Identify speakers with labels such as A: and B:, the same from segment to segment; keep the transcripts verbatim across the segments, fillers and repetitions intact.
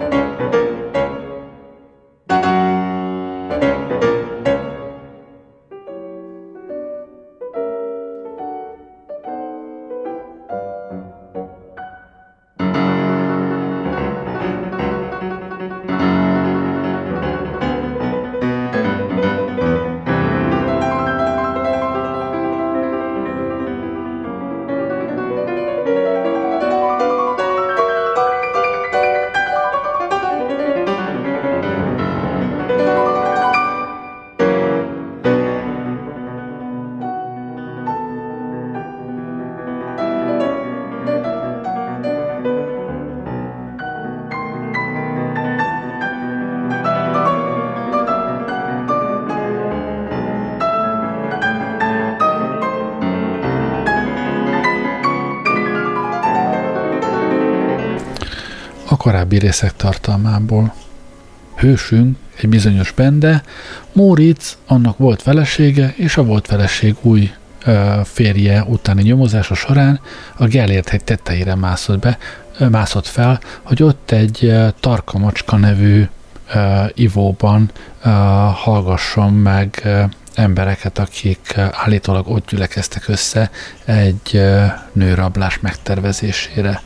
A: Korábbi részek tartalmából. Hősünk, egy bizonyos Bende, Móricz annak volt felesége, és a volt feleség új ö, férje utáni nyomozása során a Gellért-hegy tetejére mászott be, ö, mászott fel, hogy ott egy ö, Tarka Macska nevű ö, ivóban ö, hallgasson meg ö, embereket, akik ö, állítólag ott gyülekeztek össze egy ö, nőrablás megtervezésére.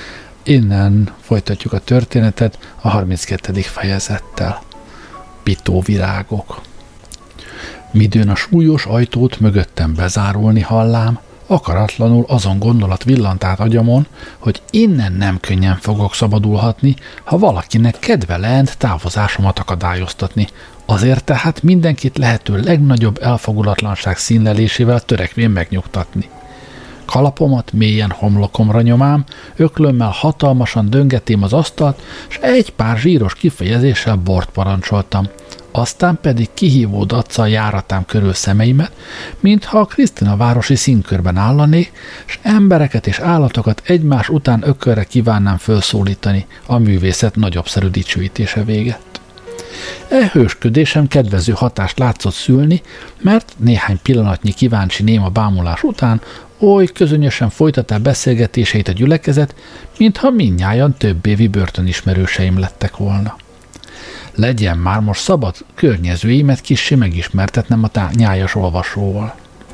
A: Innen folytatjuk a történetet a harminckettedik fejezettel. Pitóvirágok. Midőn a súlyos ajtót mögöttem bezárulni hallám, akaratlanul azon gondolat villant át agyamon, hogy innen nem könnyen fogok szabadulhatni, ha valakinek kedve lent távozásomat akadályoztatni. Azért tehát mindenkit lehető legnagyobb elfogulatlanság színlelésével törekvén megnyugtatni. Kalapomat mélyen homlokomra nyomám, öklömmel hatalmasan döngetém az asztalt, s egy pár zsíros kifejezéssel bort parancsoltam. Aztán pedig kihívó daccal járatám körül szemeimet, mintha a Krisztina városi színkörben állanék, s embereket és állatokat egymás után ökölre kívánnám felszólítani, a művészet nagyobbszerű dicsőítése véget. E hősködésem kedvező hatást látszott szülni, mert néhány pillanatnyi kíváncsi néma bámulás után oly közönösen folytatta beszélgetéseit a gyülekezet, mintha mindnyájan több évi börtönismerőseim lettek volna. Legyen már most szabad környezőimet kissé megismertetnem a tá- nyájas olvasóval.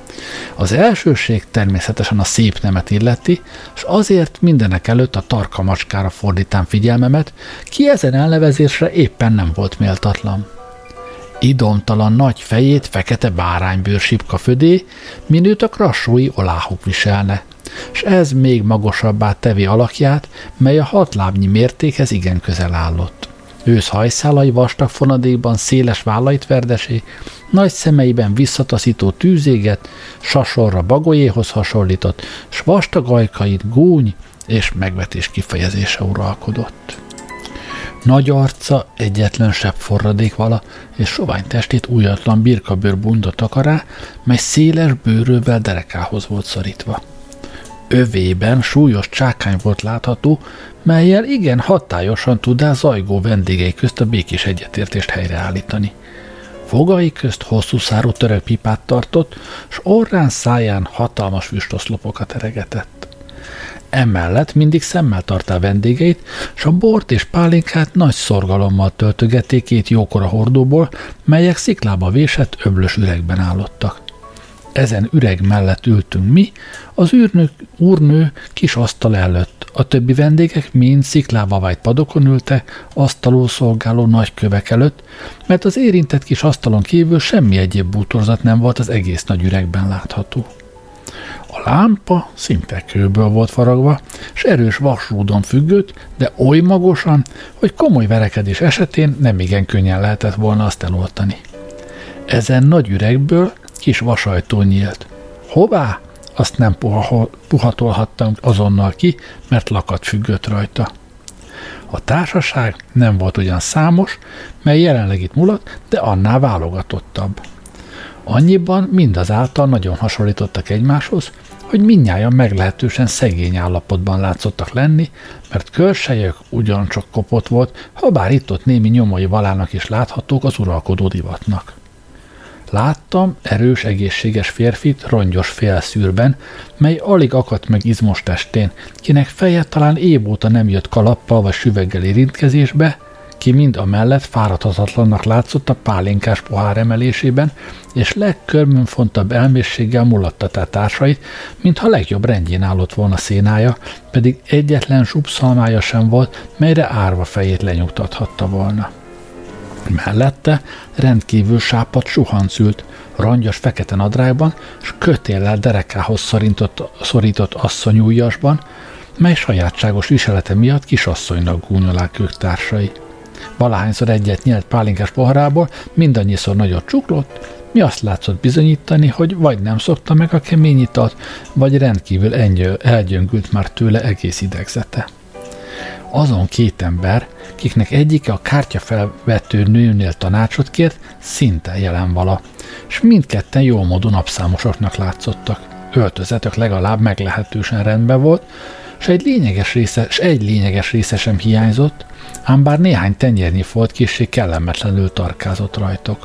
A: Az elsőség természetesen a szép nemet illeti, és azért mindenek előtt a Tarka Macskára fordítám figyelmemet, ki ezen elnevezésre éppen nem volt méltatlan. Idomtalan nagy fejét fekete báránybőr sipka födé, minőt a krassói oláhuk viselne, s ez még magasabbá tevi alakját, mely a hat lábnyi mértékhez igen közel állott. Ősz hajszálai vastag fonadékban széles vállait verdesé, nagy szemeiben visszataszító tűzéget, sasorra bagolyéhoz hasonlított, s vastag ajkait gúny és megvetés kifejezése uralkodott. Nagy arca egyetlen sebb forradék vala, és sovány testét újatlan birkabőr bunda takará, mely széles bőrővel derekához volt szorítva. Övében súlyos csákány volt látható, mellyel igen hatályosan tudná zajgó vendégei közt a békés egyetértést helyreállítani. Fogai közt hosszú szárú török pipát tartott, s orrán száján hatalmas füstoszlopokat eregetett. Emellett mindig szemmel tartál vendégeit, s a bort és pálinkát nagy szorgalommal töltögették két jókora hordóból, melyek sziklába vésett öblös üregben állottak. Ezen üreg mellett ültünk mi, az űrnő, úrnő kis asztal előtt, a többi vendégek mind sziklába vájt padokon ültek, asztalul szolgáló nagy kövek előtt, mert az érintett kis asztalon kívül semmi egyéb bútorzat nem volt az egész nagy üregben látható. A lámpa szinte kőből volt faragva, s erős vasrúdon függött, de oly magosan, hogy komoly verekedés esetén nem igen könnyen lehetett volna azt eloltani. Ezen nagy üregből kis vasajtó nyílt. Hová? Azt nem puha, puhatolhattam azonnal ki, mert lakat függött rajta. A társaság nem volt ugyan számos, mely jelenleg itt mulat, de annál válogatottabb. Annyiban mindazáltal nagyon hasonlítottak egymáshoz, hogy mindnyájan meglehetősen szegény állapotban látszottak lenni, mert körselyek ugyancsak kopott volt, ha bár itt-ott némi nyomai valának is láthatók az uralkodó divatnak. Láttam erős, egészséges férfit rongyos félszűrben, mely alig akadt meg izmos testén, kinek feje talán év óta nem jött kalappal vagy süveggel érintkezésbe, ki mind a mellett fáradhatatlannak látszott a pálinkás pohár emelésében, és legkörmönfontabb elmészséggel mulattatá társait, mintha legjobb rendjén állott volna szénája, pedig egyetlen zsubszalmája sem volt, melyre árva fejét lenyugtathatta volna. Mellette rendkívül sápadt suhanc ült, rongyos fekete nadrágban, s kötéllel derekához szorított, szorított asszonyújjasban, mely sajátságos viselete miatt kisasszonynak gúnyolák ők társai. Valahányszor egyet nyelt pálinkás poharából, mindannyiszor nagyot csuklott, mi azt látszott bizonyítani, hogy vagy nem szokta meg a kemény italt, vagy rendkívül engyö, elgyöngült már tőle egész idegzete. Azon két ember, kiknek egyike a kártyafelvető nőnél tanácsot kért, szinte jelen vala, s mindketten jó módon napszámosoknak látszottak. Öltözetük legalább meglehetősen rendben volt, s egy lényeges része, s egy lényeges része sem hiányzott, ám bár néhány tenyérnyi folt kissé kellemetlenül tarkázott rajtok.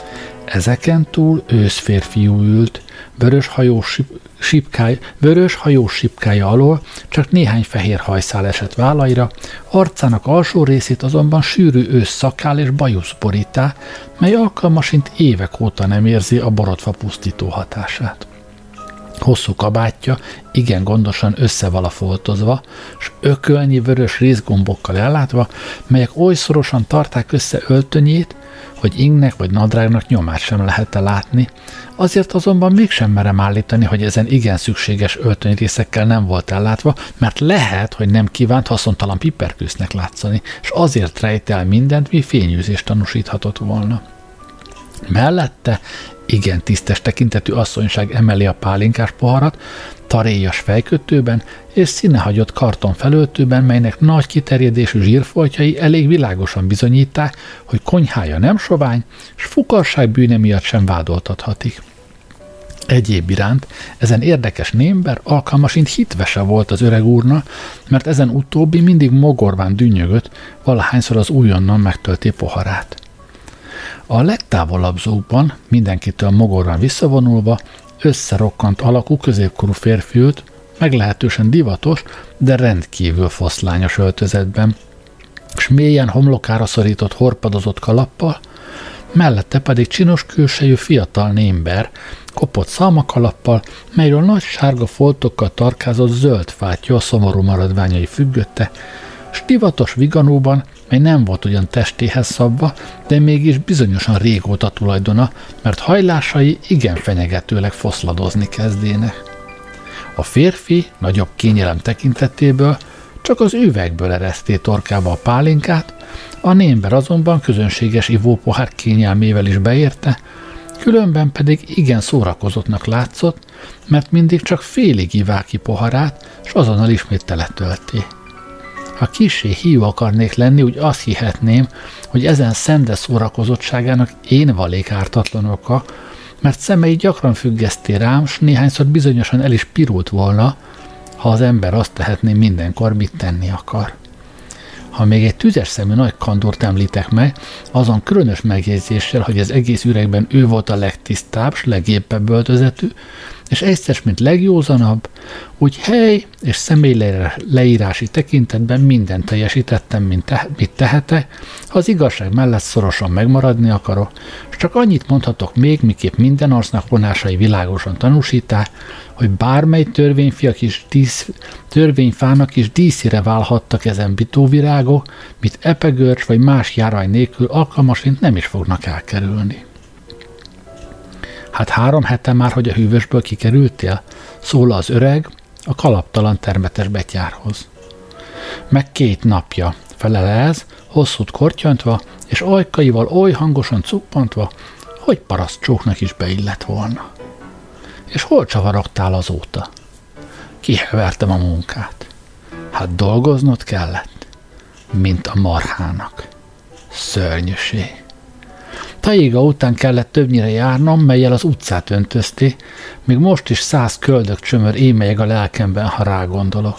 A: Ezeken túl őszférfiú ült, vörös hajós sipkája, vörös hajós sipkája alól csak néhány fehér hajszál esett vállaira, arcának alsó részét azonban sűrű ősz szakál és bajusz borítá, mely alkalmasint évek óta nem érzi a borotva pusztító hatását. Hosszú kabátja igen gondosan összevala foltozva, s ökölnyi vörös részgombokkal ellátva, melyek oly szorosan tarták össze öltönyét, hogy ingnek vagy nadrágnak nyomát sem lehet látni, azért azonban mégsem merem állítani, hogy ezen igen szükséges öltönyrészekkel nem volt ellátva, mert lehet, hogy nem kívánt haszontalan piperkősznek látszani, és azért rejt el mindent, mi fényűzést tanúsíthatott volna. Mellette igen tisztes tekintetű asszonyság emeli a pálinkás poharat, taréjas fejkötőben és színehagyott karton felöltőben, melynek nagy kiterjedésű zsírfoltjai elég világosan bizonyítják, hogy konyhája nem sovány, s fukarság bűne miatt sem vádoltathatik. Egyéb iránt ezen érdekes némber alkalmasint hitvese volt az öreg úrna, mert ezen utóbbi mindig mogorván dünnyögött, valahányszor az újonnan megtölté poharát. A legtávolabb zókban, mindenkitől mogorván visszavonulva, összerokkant alakú középkorú férfi ült, meglehetősen divatos, de rendkívül foszlányos öltözetben, s mélyen homlokára szorított horpadozott kalappal, mellette pedig csinos külsejű fiatal némber, kopott szalmakalappal, melyről nagy sárga foltokkal tarkázott zöld fátyja a szomorú maradványai függötte, s divatos viganóban, mely nem volt ugyan testéhez szabva, de mégis bizonyosan régóta tulajdona, mert hajlásai igen fenyegetőleg foszladozni kezdének. A férfi nagyobb kényelem tekintetéből csak az üvegből ereszté torkába a pálinkát, a némber azonban közönséges ivópohár kényelmével is beérte, különben pedig igen szórakozottnak látszott, mert mindig csak félig ivál ki poharát, s azonnal ismét teletölté. Ha kissé hiú akarnék lenni, úgy azt hihetném, hogy ezen szende szórakozottságának én valék ártatlan oka, mert szemei gyakran függeszté rám, s néhányszor bizonyosan el is pirult volna, ha az ember azt tehetné mindenkor, mit tenni akar. Ha még egy tüzes szemű nagy kandort említek meg, azon különös megjegyzéssel, hogy az egész üregben ő volt a legtisztább, s legéppebb öltözetű, és egyszer, mint legjózanabb, úgy hely és személy leírási tekintetben mindent teljesítettem, mint te, mit tehetek, ha az igazság mellett szorosan megmaradni akarok, és csak annyit mondhatok még, miképp minden arcnak vonásai világosan tanúsítják, hogy bármely törvényfiak is dísz, törvényfának is díszére válhattak ezen bitóvirágok, mit epegörcs vagy más járvány nélkül alkalmasint nem is fognak elkerülni. Hát három hete már, hogy a hűvösből kikerültél? Szól az öreg a kalaptalan termetes betyárhoz. Meg két napja, felele ez, hosszút kortyantva, és ajkaival oly hangosan cuppantva, hogy parasztcsóknak is beillett volna. És hol csavarogtál azóta? Kihevertem a munkát. Hát dolgoznod kellett, mint a marhának. Szörnyűség. Taiga után kellett többnyire járnom, mellyel az utcát öntözté, még most is száz köldök csömör émelyeg a lelkemben, ha rágondolok.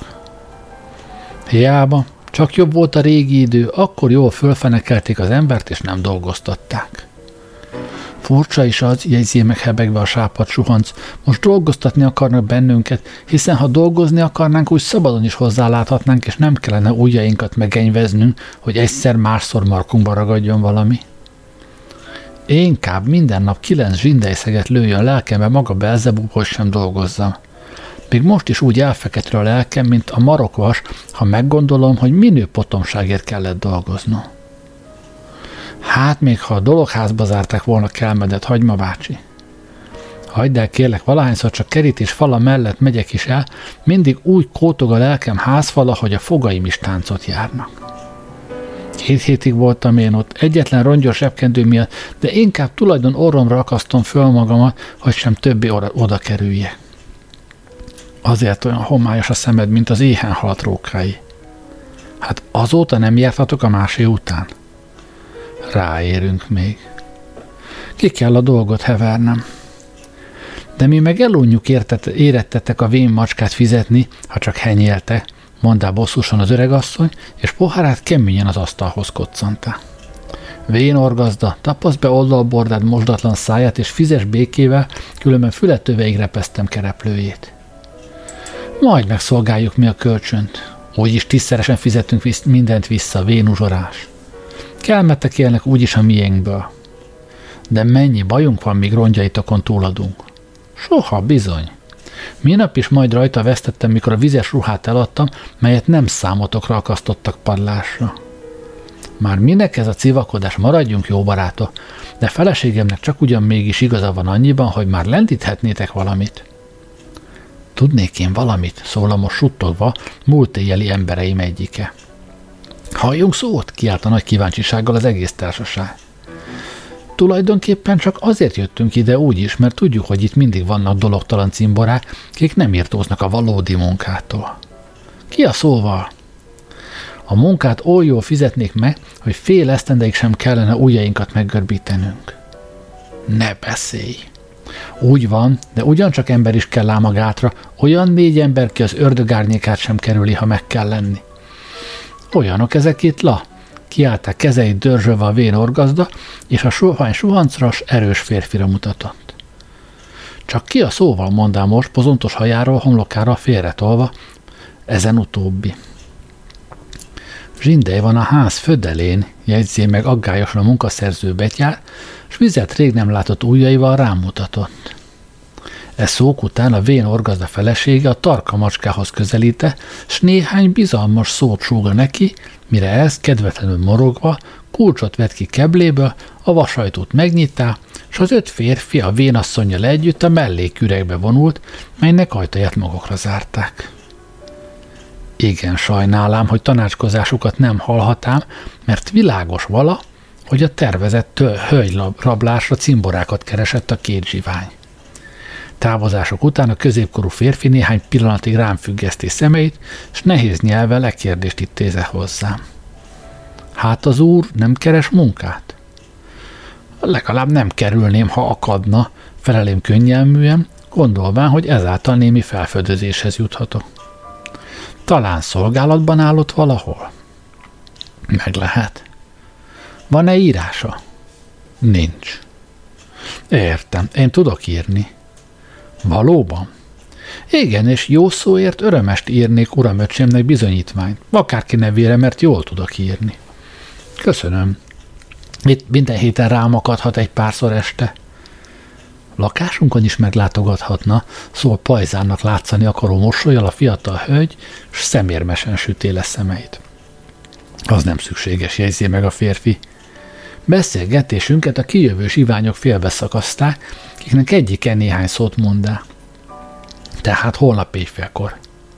A: Hiába, csak jobb volt a régi idő, akkor jól fölfenekelték az embert, és nem dolgoztatták. Furcsa is az, jegyzi meg hebegve a sápadt suhanc, most dolgoztatni akarnak bennünket, hiszen ha dolgozni akarnánk, úgy szabadon is hozzáláthatnánk, és nem kellene ujjainkat megenyveznünk, hogy egyszer másszor markunkba ragadjon valami. Inkább minden nap kilenc zsindejszeget lőjön lelkembe maga Belzebub, hogy sem dolgozzam. Még most is úgy elfeketül a lelkem, mint a marokvas, ha meggondolom, hogy minő potomságért kellett dolgoznom. Hát még ha a dologházba zárták volna Kelmedet, Hagyma bácsi. Hagyd el, kérlek, valahányszor csak kerítés fala mellett megyek is el, mindig úgy kótog a lelkem házfala, hogy a fogaim is táncot járnak. Két hétig voltam én ott, egyetlen rongyos zsebkendő miatt, de inkább tulajdon orromra akasztom föl magamat, hogy sem többé oda, oda kerüljek. Azért olyan homályos a szemed, mint az éhen halt rókái. Hát azóta nem jártatok a másé után? Ráérünk még. Ki kell a dolgot hevernem. De mi meg elunjuk érettetek a vén macskát fizetni, ha csak henyélte, mondta bosszusan az öregasszony, és pohárát keményen az asztalhoz koccantá. Vén orgazda, tapaszd be oldalbordád mosdatlan száját, és fizes békével, különben fületöveig repesztem kereplőjét. Majd megszolgáljuk mi a kölcsönt. Úgyis tízszeresen fizetünk visz, mindent vissza, vén uzsorás. Kelmettek élnek úgyis a miénkből. De mennyi bajunk van, míg rongyaitakon túladunk? Soha, bizony. Minap is majd rajta vesztettem, mikor a vizes ruhát eladtam, melyet nem számotokra akasztottak padlásra. Már minek ez a civakodás, maradjunk jó barátok, de feleségemnek csak ugyan mégis igaza van annyiban, hogy már lendíthetnétek valamit. Tudnék én valamit, szól most suttogva múlt éjjeli embereim egyike. Halljunk szót, kiállt a nagy kíváncsisággal az egész társaság. Tulajdonképpen csak azért jöttünk ide úgy is, mert tudjuk, hogy itt mindig vannak dologtalan cimborák, kik nem írtóznak a valódi munkától. Ki a szóval? A munkát oly jól fizetnék meg, hogy fél esztendeig sem kellene ujjainkat meggörbítenünk. Ne beszélj! Úgy van, de ugyancsak ember is kell ám a gátra, olyan négy ember, ki az ördög árnyékát sem kerüli, ha meg kell lenni. Olyanok ezek itt, la! Kiállták kezeit dörzsölve a vén orgazda, és a sohány suhancra s erős férfira mutatott. Csak ki a szóval, mondám most, pozontos hajáról homlokára félretolva, ezen utóbbi. Zsindej van a ház födelén, jegyzi meg aggályosan a munkaszerző betyár, s vizet rég nem látott ujjaival rámutatott. E szók után a vén orgazda felesége a tarka macskához közelíte, s néhány bizalmas szót súga neki, mire ez kedvetlenül morogva kulcsot vett ki kebléből, a vasajtót megnyitá, s az öt férfi a vénasszonnyal együtt a melléküregbe vonult, melynek ajtaját magukra zárták. Igen, sajnálám, hogy tanácskozásukat nem hallhatám, mert világos vala, hogy a tervezett hölgyrablásra cimborákat keresett a két zsivány. Távozások után a középkorú férfi néhány pillanatig rám függeszti szemeit, s nehéz nyelvvel e kérdést intéze hozzám. Hát az úr nem keres munkát? Legalább nem kerülném, ha akadna, felelém könnyelműen, gondolván, hogy ezáltal némi felfedezéshez juthatok. Talán szolgálatban állott valahol? Meg lehet. Van-e írása? Nincs. Értem, én tudok írni. Valóban? Igen, és jó szóért örömest írnék uramöcsémnek bizonyítványt, akárki nevére, mert jól tudok írni. Köszönöm. Itt minden héten rám akadhat egy párszor este. Lakásunkon is meglátogathatna, szól pajzánnak látszani akaró mosollyal a fiatal hölgy, s szemérmesen süté le szemeit. Az nem szükséges, jegyzi meg a férfi. Beszélgetésünket a kijövő zsiványok félbeszakaszták, kiknek egyike néhány szót mondá. Tehát holnap éjfélkor.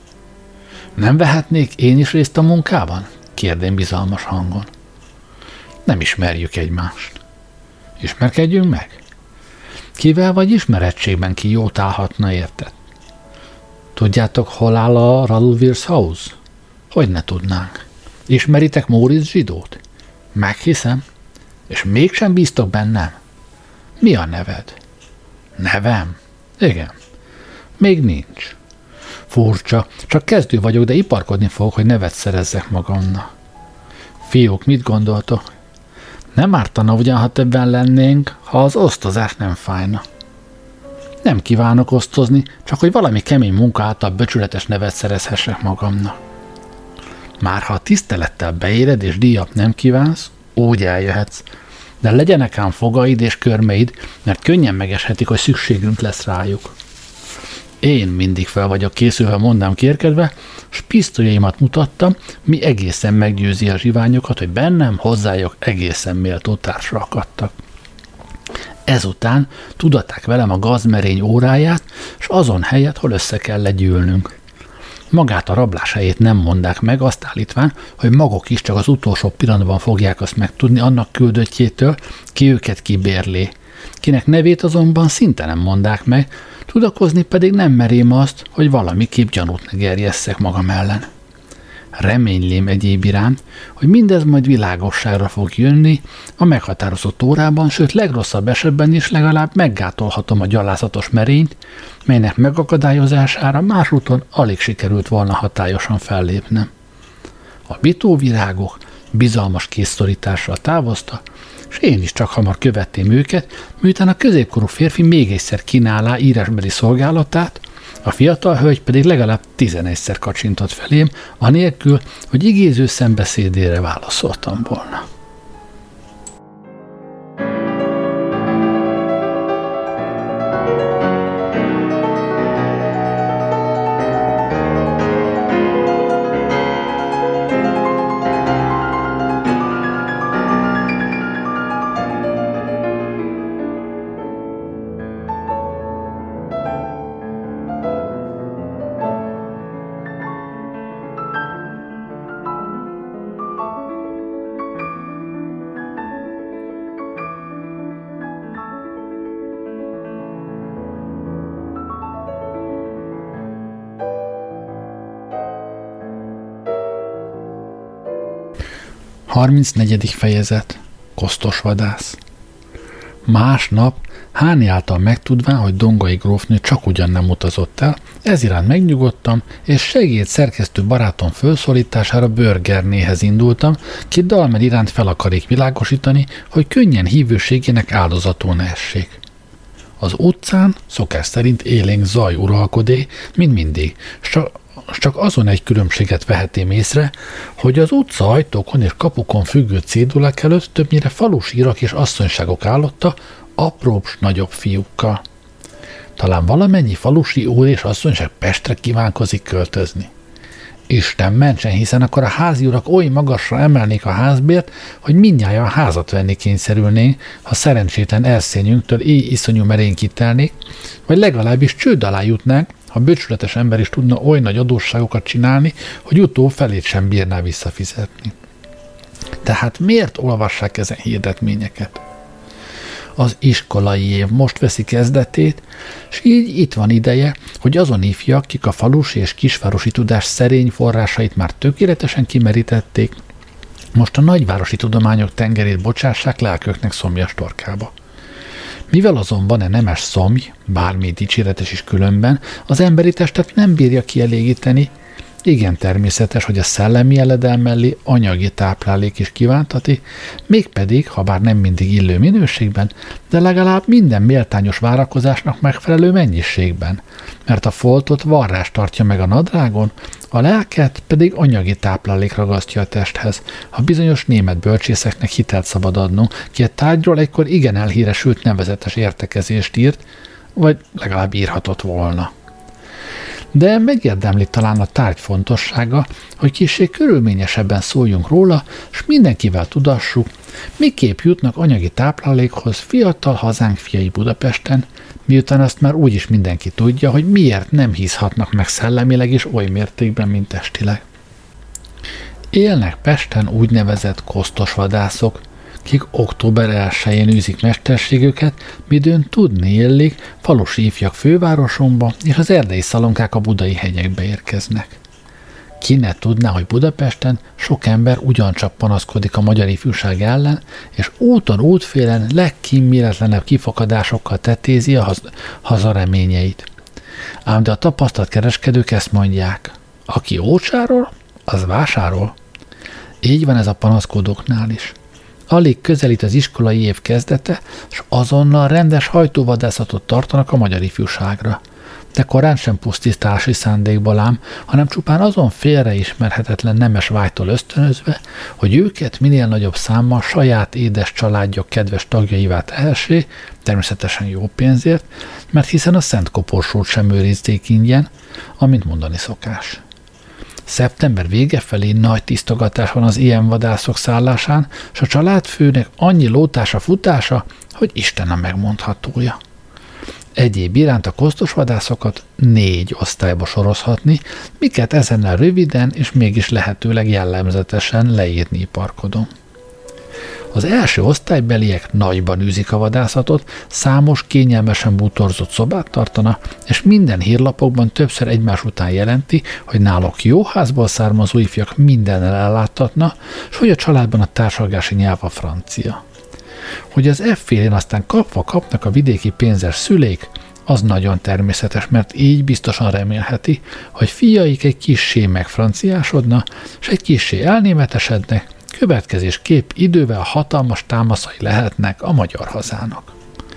A: Nem vehetnék én is részt a munkában? Kérdém bizalmas hangon. Nem ismerjük egymást. Ismerkedjünk meg? Kivel vagy ismerettségben ki jót állhatna, érted? Tudjátok, hol áll a Radulwirth House? Hogy ne tudnánk? Ismeritek Móricz zsidót? Meghiszem. És mégsem bíztok bennem? Mi a neved? Nevem? Igen. Még nincs. Furcsa, csak kezdő vagyok, de iparkodni fogok, hogy nevet szerezzek magamnak. Fiúk, mit gondoltok? Nem ártana ugyan, ha többen lennénk, ha az osztozás nem fájna. Nem kívánok osztozni, csak hogy valami kemény munka által becsületes nevet szerezhessek magamnak. Már ha a tisztelettel beéred és díjat nem kívánsz, úgy eljöhetsz, de legyenek ám fogaid és körmeid, mert könnyen megeshetik, hogy szükségünk lesz rájuk. Én mindig fel vagyok készülve, mondám kérkedve, s pisztolyaimat mutattam, mi egészen meggyőzi a zsiványokat, hogy bennem hozzájuk egészen méltó társra akadtak. Ezután tudatták velem a gazmerény óráját, s azon helyet, hol össze kell legyűlnünk. Magát a rablás helyét nem mondák meg, azt állítván, hogy maguk is csak az utolsó pillanatban fogják azt megtudni annak küldöttjétől, ki őket kibérlé. Kinek nevét azonban szinte nem mondák meg, tudakozni pedig nem merém azt, hogy valamiképp gyanút ne gerjesszek magam ellen. Reménylém egyéb iránt, hogy mindez majd világosságra fog jönni a meghatározott órában, sőt legrosszabb esetben is legalább meggátolhatom a gyalázatos merényt, melynek megakadályozására más úton alig sikerült volna hatályosan fellépnem. A bitóvirágok bizalmas kézszorítással távozta, és én is csak hamar követtem őket, miután a középkorú férfi még egyszer kínálá írásbeli szolgálatát, a fiatal hölgy pedig legalább tizenegyszer kacsintott felém, anélkül, hogy igéző szembeszédére válaszoltam volna. harmincnegyedik fejezet. Kosztos vadász. Másnap Háni által megtudván, hogy Dongai grófnő csak ugyan nem utazott el, ez iránt megnyugodtam, és segéd szerkesztő barátom felszólítására Börgernéhez indultam, ki Dalmer iránt fel akarék világosítani, hogy könnyen hívőségének áldozatul ne essék. Az utcán szokás szerint élénk zaj uralkodé, mint mindig, s csak azon egy különbséget vehetém észre, hogy az utca ajtókon és kapukon függő cédulák előtt többnyire falusírak és asszonyságok állotta, apróbb s nagyobb fiúkkal. Talán valamennyi falusi úr és asszonyság Pestre kívánkozik költözni. Isten mentsen, hiszen akkor a házi urak oly magasra emelnék a házbért, hogy mindnyájan házat venni kényszerülnénk, ha szerencsétlen elszényünktől éj iszonyú merén kitelnék, vagy legalábbis csőd alá jutnánk, ha becsületes ember is tudna oly nagy adósságokat csinálni, hogy utó felét sem bírná visszafizetni. Tehát miért olvassák ezen hirdetményeket? Az iskolai év most veszi kezdetét, és így itt van ideje, hogy azon ifjak, kik a falusi és kisvárosi tudás szerény forrásait már tökéletesen kimerítették, most a nagyvárosi tudományok tengerét bocsássák lelköknek szomjas torkába. Mivel azonban a nemes szomj, bármi dicséretes is különben, az emberi testet nem bírja kielégíteni, igen természetes, hogy a szellemi eledel mellé anyagi táplálék is kívántati, mégpedig, ha bár nem mindig illő minőségben, de legalább minden méltányos várakozásnak megfelelő mennyiségben, mert a foltot varrás tartja meg a nadrágon, a lelket pedig anyagi táplálék ragasztja a testhez, ha bizonyos német bölcsészeknek hitelt szabad adnunk, ki a tárgyról egykor igen elhíresült nevezetes értekezést írt, vagy legalább írhatott volna. De megérdemli talán a tárgy fontossága, hogy kissé körülményesebben szóljunk róla, s mindenkivel tudassuk, miképp jutnak anyagi táplálékhoz fiatal hazánk fiai Budapesten, miután azt már úgyis mindenki tudja, hogy miért nem hízhatnak meg szellemileg is oly mértékben, mint testileg. Élnek Pesten úgynevezett kosztos vadászok, kik október elsején űzik mesterségüket, midőn tudni illik, falusi ifjak fővárosomba és az erdei szalonkák a budai hegyekbe érkeznek. Ki ne tudná, hogy Budapesten sok ember ugyancsak panaszkodik a magyar ifjúság ellen, és úton útfélen legkíméletlenebb kifakadásokkal tetézi a haz- hazareményeit. Ám de a tapasztalt kereskedők ezt mondják, aki ócsárol, az vásárol. Így van ez a panaszkodóknál is. Alig közelít az iskolai év kezdete, és azonnal rendes hajtóvadászatot tartanak a magyar ifjúságra. De korán sem pusztítási szándékból ám, hanem csupán azon félreismerhetetlen nemes vágytól ösztönözve, hogy őket minél nagyobb számmal saját édes családjuk kedves tagjaivá tehessé, természetesen jó pénzért, mert hiszen a szent koporsót sem őrizték ingyen, amint mondani szokás. Szeptember vége felé nagy tisztogatás van az ilyen vadászok szállásán, és a családfőnek annyi lótása futása, hogy Isten a megmondhatója. Egyéb iránt a kosztos vadászokat négy osztályba sorozhatni, miket ezennel röviden és mégis lehetőleg jellemzetesen leírni iparkodom. Az első osztálybeliek nagyban űzik a vadászatot, számos kényelmesen bútorzott szobát tartana, és minden hírlapokban többször egymás után jelenti, hogy náluk jó házból származó ifjak mindennel elláttatna, és hogy a családban a társalgási nyelv a francia. Hogy az F-félén aztán kapva kapnak a vidéki pénzes szülék, az nagyon természetes, mert így biztosan remélheti, hogy fiaik egy kissé megfranciásodna, és egy kissé elnémetesednek, következésképp idővel hatalmas támaszai lehetnek a magyar hazának.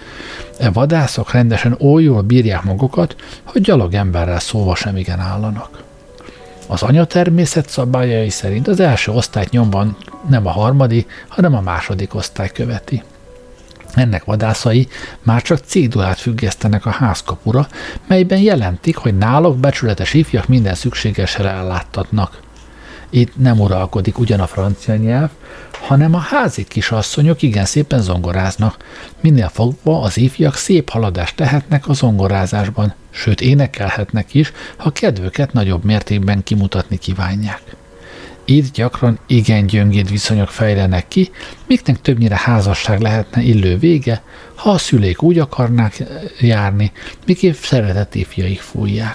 A: E vadászok rendesen oly jól bírják magukat, hogy gyalog emberrel szóval sem igen állanak. Az anyatermészet szabályai szerint az első osztályt nyomban nem a harmadik, hanem a második osztály követi. Ennek vadászai már csak cédulát függesztenek a házkapura, melyben jelentik, hogy náluk becsületes ifjak minden szükségessel elláttatnak. Itt nem uralkodik ugyan a francia nyelv, hanem a házi kisasszonyok igen szépen zongoráznak, minél fogva az ifjak szép haladást tehetnek a zongorázásban, sőt énekelhetnek is, ha kedvüket nagyobb mértékben kimutatni kívánják. Itt gyakran igen gyöngéd viszonyok fejlenek ki, miknek többnyire házasság lehetne illő vége, ha a szüleik úgy akarnák járni, miképp szeretett ifjaik fújják.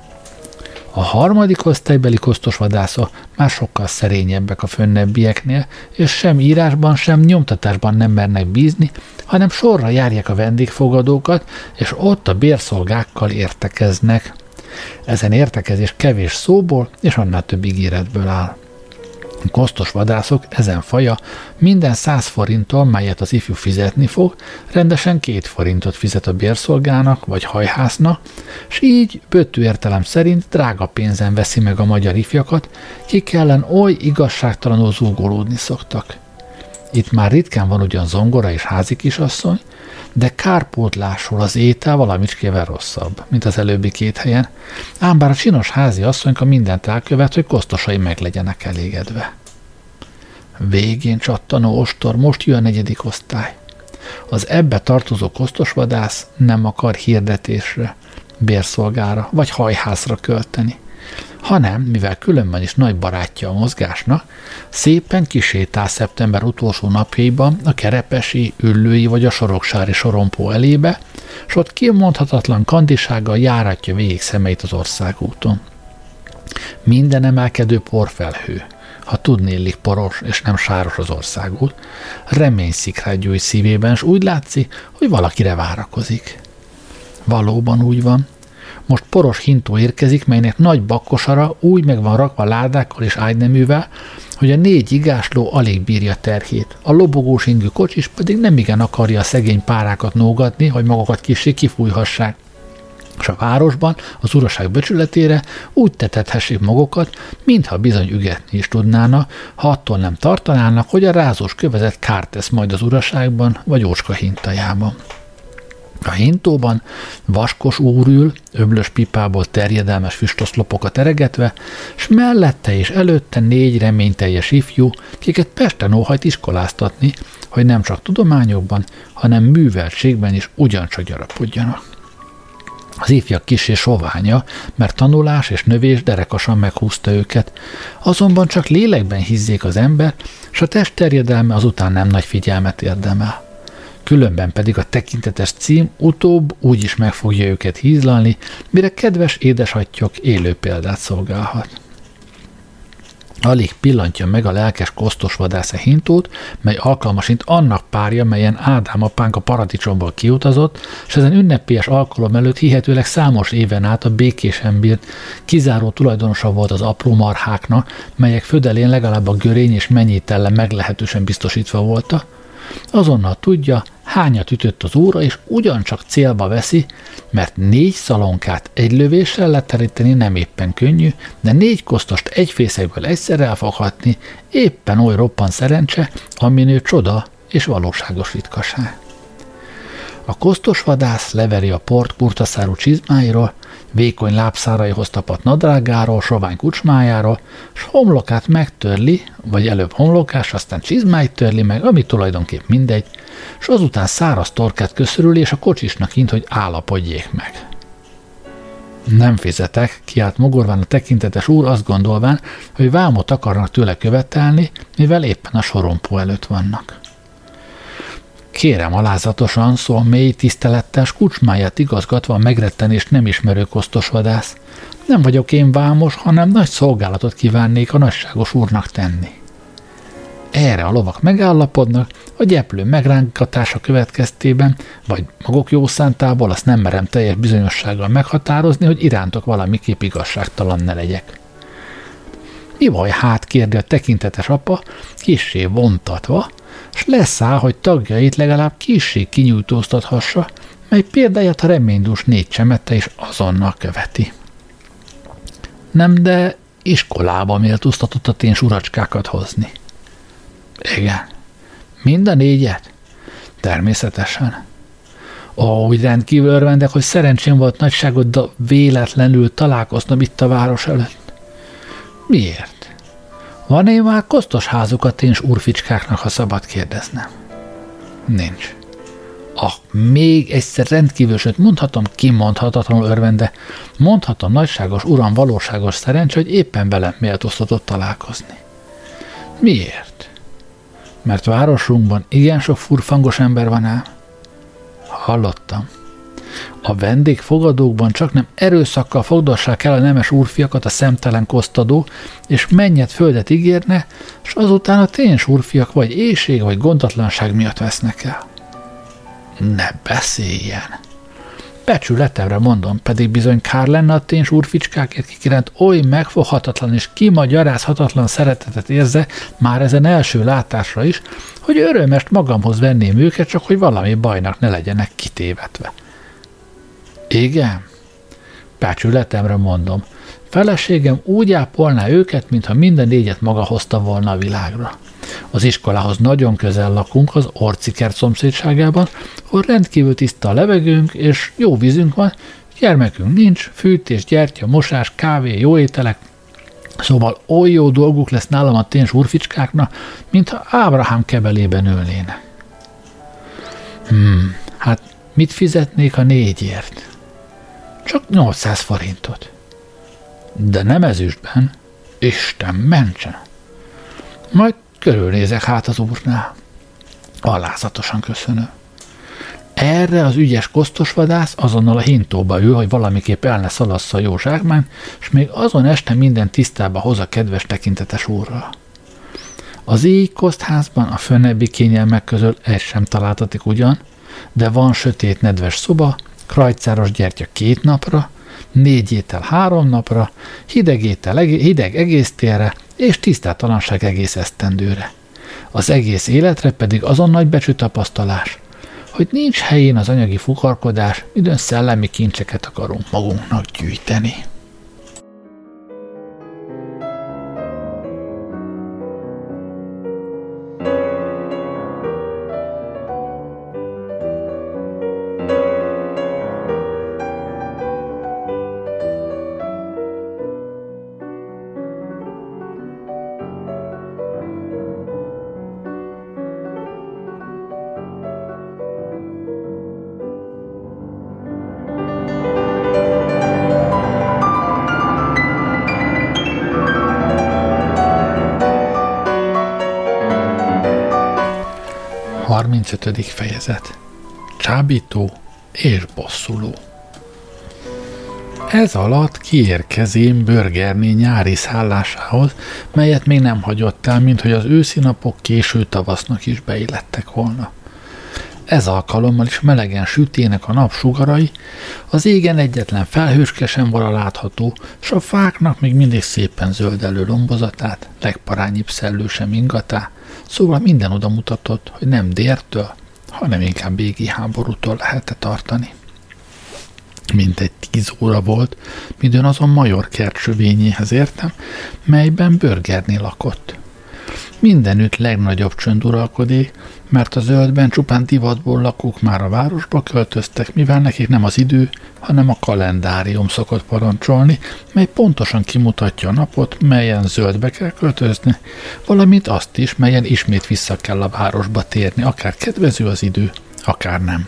A: A harmadik osztálybeli kosztos vadásza már sokkal szerényebbek a fönnebbieknél, és sem írásban, sem nyomtatásban nem mernek bízni, hanem sorra járják a vendégfogadókat, és ott a bérszolgákkal értekeznek. Ezen értekezés kevés szóból és annál több ígéretből áll. A kosztos vadászok ezen faja minden száz forinttal, melyet az ifjú fizetni fog, rendesen két forintot fizet a bérszolgának vagy hajhásznak, és így böttő értelem szerint drága pénzen veszi meg a magyar ifjakat, kik ellen oly igazságtalanul zúgolódni szoktak. Itt már ritkán van ugyan zongora és házi kisasszony, de kárpótlásról az étel valamicskével rosszabb, mint az előbbi két helyen, ám bár a csinos házi asszonyka mindent elkövet, hogy kosztosai meg legyenek elégedve. Végén csattanó ostor, most jön a negyedik osztály. Az ebbe tartozó kosztosvadász nem akar hirdetésre, bérszolgára vagy hajhászra költeni, hanem, mivel különben is nagy barátja a mozgásnak, szépen kisétál szeptember utolsó napjaiban a kerepesi, üllői vagy a soroksári sorompó elébe, s ott kimondhatatlan kandisággal járatja végig szemeit az országúton. Minden emelkedő porfelhő, ha tudnélik poros és nem sáros az országút, reményszikrát gyújt szívében, s úgy látszik, hogy valakire várakozik. Valóban úgy van. Most poros hintó érkezik, melynek nagy bakkosara úgy meg van rakva ládákkal és ágyneművel, hogy a négy igásló alig bírja terhét. A lobogós ingű kocsis pedig nemigen akarja a szegény párákat nógatni, hogy magukat kissé kifújhassák. És a városban az uraság becsületére úgy tetethessék magukat, mintha bizony ügetni is tudnána, ha attól nem tartanának, hogy a rázós kövezet kárt tesz majd az uraságban vagy ócska hintajában. A hintóban vaskos úr ül, öblös pipából terjedelmes füstoszlopokat eregetve, s mellette és előtte négy reményteljes ifjú, kiket Pesten óhajt iskoláztatni, hogy nem csak tudományokban, hanem műveltségben is ugyancsak gyarapodjanak. Az ifjak kissé soványa, mert tanulás és növés derekasan meghúzta őket, azonban csak lélekben hizzék az ember, s a test terjedelme azután nem nagy figyelmet érdemel. Különben pedig a tekintetes cím utóbb úgy is meg fogja őket hízlalni, mire kedves édesattyok élő példát szolgálhat. Alig pillantja meg a lelkes kosztos vadász a hintót, mely alkalmasint annak párja, melyen Ádám apánk a paradicsomból kiutazott, és ezen ünnepélyes alkalom előtt hihetőleg számos éven át a békésen bírt, kizáró tulajdonosa volt az apró marháknak, melyek födelén legalább a görény és mennyétellen meglehetősen biztosítva voltak. Azonnal tudja, hányat ütött az óra, és ugyancsak célba veszi, mert négy szalonkát egy lövéssel leteríteni nem éppen könnyű, de négy kosztost egy fészekből egyszerre elfoghatni éppen oly roppant szerencse, aminő csoda és valóságos ritkaság. A kosztos vadász leveri a port kurtaszárú csizmáiról, vékony lábszáraihoz tapadt nadrágáról, sovány kucsmájáról, s homlokát megtörli, vagy előbb homlokás, aztán csizmáit törli meg, ami tulajdonképp mindegy, s azután száraz torkát köszörül, és a kocsisnak int, hogy állapodjék meg. Nem fizetek, kiált mogorván a tekintetes úr, azt gondolván, hogy vámot akarnak tőle követelni, mivel éppen a sorompó előtt vannak. Kérem alázatosan, szól mély tisztelettel, s kucsmáját igazgatva a megrettenést nem ismerő kosztos vadász. Nem vagyok én vámos, hanem nagy szolgálatot kívánnék a nagyságos úrnak tenni. Erre a lovak megállapodnak, a gyeplő megrángatása következtében, vagy maguk jó szántából, azt nem merem teljes bizonyossággal meghatározni, hogy irántok valamiképp igazságtalan ne legyek. Mi baj hát, kérde a tekintetes apa, kissé vontatva, s leszáll, hogy tagjait legalább kissé kinyújtóztathassa, mely példáját a reménydús négy csemete is azonnal követi. Nem, de iskolába méltóztatott a téns uracskákat hozni. Igen. Mind a négyet? Természetesen. Ó, úgy rendkívül örvendek, hogy szerencsém volt nagyságod, de véletlenül találkoznom itt a város előtt. Miért? Van-e már kosztos házuk a téns úrficskáknak, ha szabad kérdeznem? Nincs. Ah, még egyszer rendkívül, sőt mondhatom, kimondhatatlanul örvende, mondhatom nagyságos uram valóságos szerencsé, hogy éppen velem méltóztatott találkozni. Miért? Mert városunkban igen sok furfangos ember van ám. Hallottam. A vendégfogadókban csak nem erőszakkal fogdossák el a nemes úrfiakat a szemtelen kosztadó, és mennyet földet ígérne, s azután a téns úrfiak vagy éhség, vagy gondatlanság miatt vesznek el. Ne beszéljen! Becsületemre mondom, pedig bizony kár lenne a téns úrficskákért, kik iránt oly megfoghatatlan és kimagyarázhatatlan szeretetet érze már ezen első látásra is, hogy örömest magamhoz venném őket, csak hogy valami bajnak ne legyenek kitévetve. Igen? Becsületemre mondom, feleségem úgy ápolná őket, mintha minden négyet maga hozta volna a világra. Az iskolához nagyon közel lakunk, az Orcikert szomszédságában, ahol rendkívül tiszta a levegőnk, és jó vízünk van, gyermekünk nincs, fűtés, gyertya, mosás, kávé, jó ételek, szóval oly jó dolguk lesz nálam a téns úrficskáknak, mintha Ábrahám kebelében ülnének. Hmm, hát mit fizetnék a négyért? Csak nyolcszáz forintot. De nem ezüstben. Isten mentsen! Majd körülnézek hát az úrnál. Alázatosan köszönöm. Erre az ügyes kosztos vadász azonnal a hintóba ül, hogy valamiképp el ne szalassza a jó zsákmány, és még azon este minden tisztába hoz a kedves tekintetes úrral. Az éj kosztházban a fönnebbi kényelmek közül egy sem találtatik ugyan, de van sötét nedves szoba, krajcáros gyertya két napra, négy étel három napra, hideg étel hideg egész télre, és tisztátalanság egész esztendőre. Az egész életre pedig azon nagy becsű tapasztalás, hogy nincs helyén az anyagi fukarkodás, midőn szellemi kincseket akarunk magunknak gyűjteni. harmincötödik fejezet. Csábító és bosszuló. Ez alatt kiérkezém Börgerné nyári szállásához, melyet még nem hagyott el, mint hogy az őszi napok késő tavasznak is beillettek volna. Ez alkalommal is melegen sütének a napsugarai, az égen egyetlen felhőskesen vala látható, s a fáknak még mindig szépen zöldelő lombozatát, legparányibb szellő sem ingatá, szóval minden oda mutatott, hogy nem déltől, hanem inkább égi háborútól lehetett tartani. Mintegy tíz óra volt, midőn azon Major kertsövényéhez értem, melyben Börgerné lakott. Mindenütt legnagyobb csönd uralkodik, mert a zöldben csupán divatból lakók már a városba költöztek, mivel nekik nem az idő, hanem a kalendárium szokott parancsolni, mely pontosan kimutatja a napot, melyen zöldbe kell költözni, valamint azt is, melyen ismét vissza kell a városba térni, akár kedvező az idő, akár nem.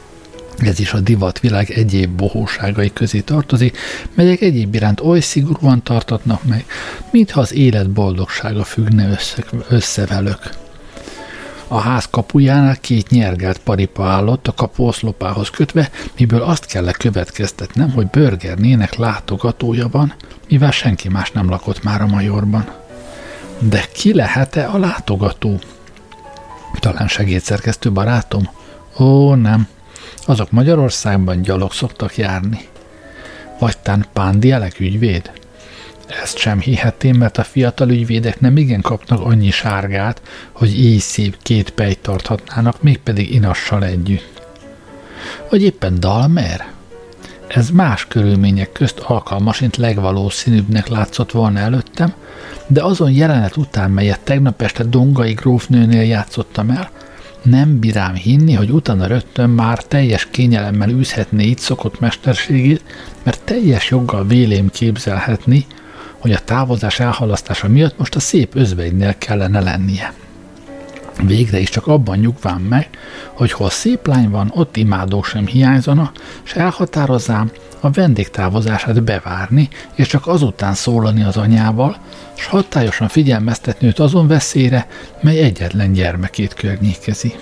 A: Ez is a divatvilág egyéb bohóságai közé tartozik, melyek egyéb iránt oly szigorúan tartatnak meg, mintha az élet boldogsága függne össze, össze velük. A ház kapujánál két nyergelt paripa állott a kapu oszlopához kötve, miből azt kell következtetnem, hogy Börgernének látogatója van, mivel senki más nem lakott már a Majorban. De ki lehet-e a látogató? Talán segédszerkesztő barátom? Ó, nem. Azok Magyarországban gyalog szoktak járni. Vagy tán Pándielek ügyvéd? Ezt sem hihetném, mert a fiatal ügyvédek nem igen kapnak annyi sárgát, hogy így szép két pejt tarthatnának, mégpedig inassal együtt. Vagy éppen Dalmer? Ez más körülmények közt alkalmasint legvalószínűbbnek látszott volna előttem, de azon jelenet után, melyet tegnap este Dongai grófnőnél játszottam el, nem bírám hinni, hogy utána rögtön már teljes kényelemmel űzhetné itt szokott mesterségét, mert teljes joggal vélém képzelhetni, hogy a távozás elhalasztása miatt most a szép özvegynél kellene lennie. Végre is csak abban nyugvám meg, hogy hol szép lány van, ott imádók sem hiányzana, s elhatározzám a vendégtávozását bevárni, és csak azután szólani az anyával, s hatályosan figyelmeztetni őt azon veszélyre, mely egyetlen gyermekét környékezi.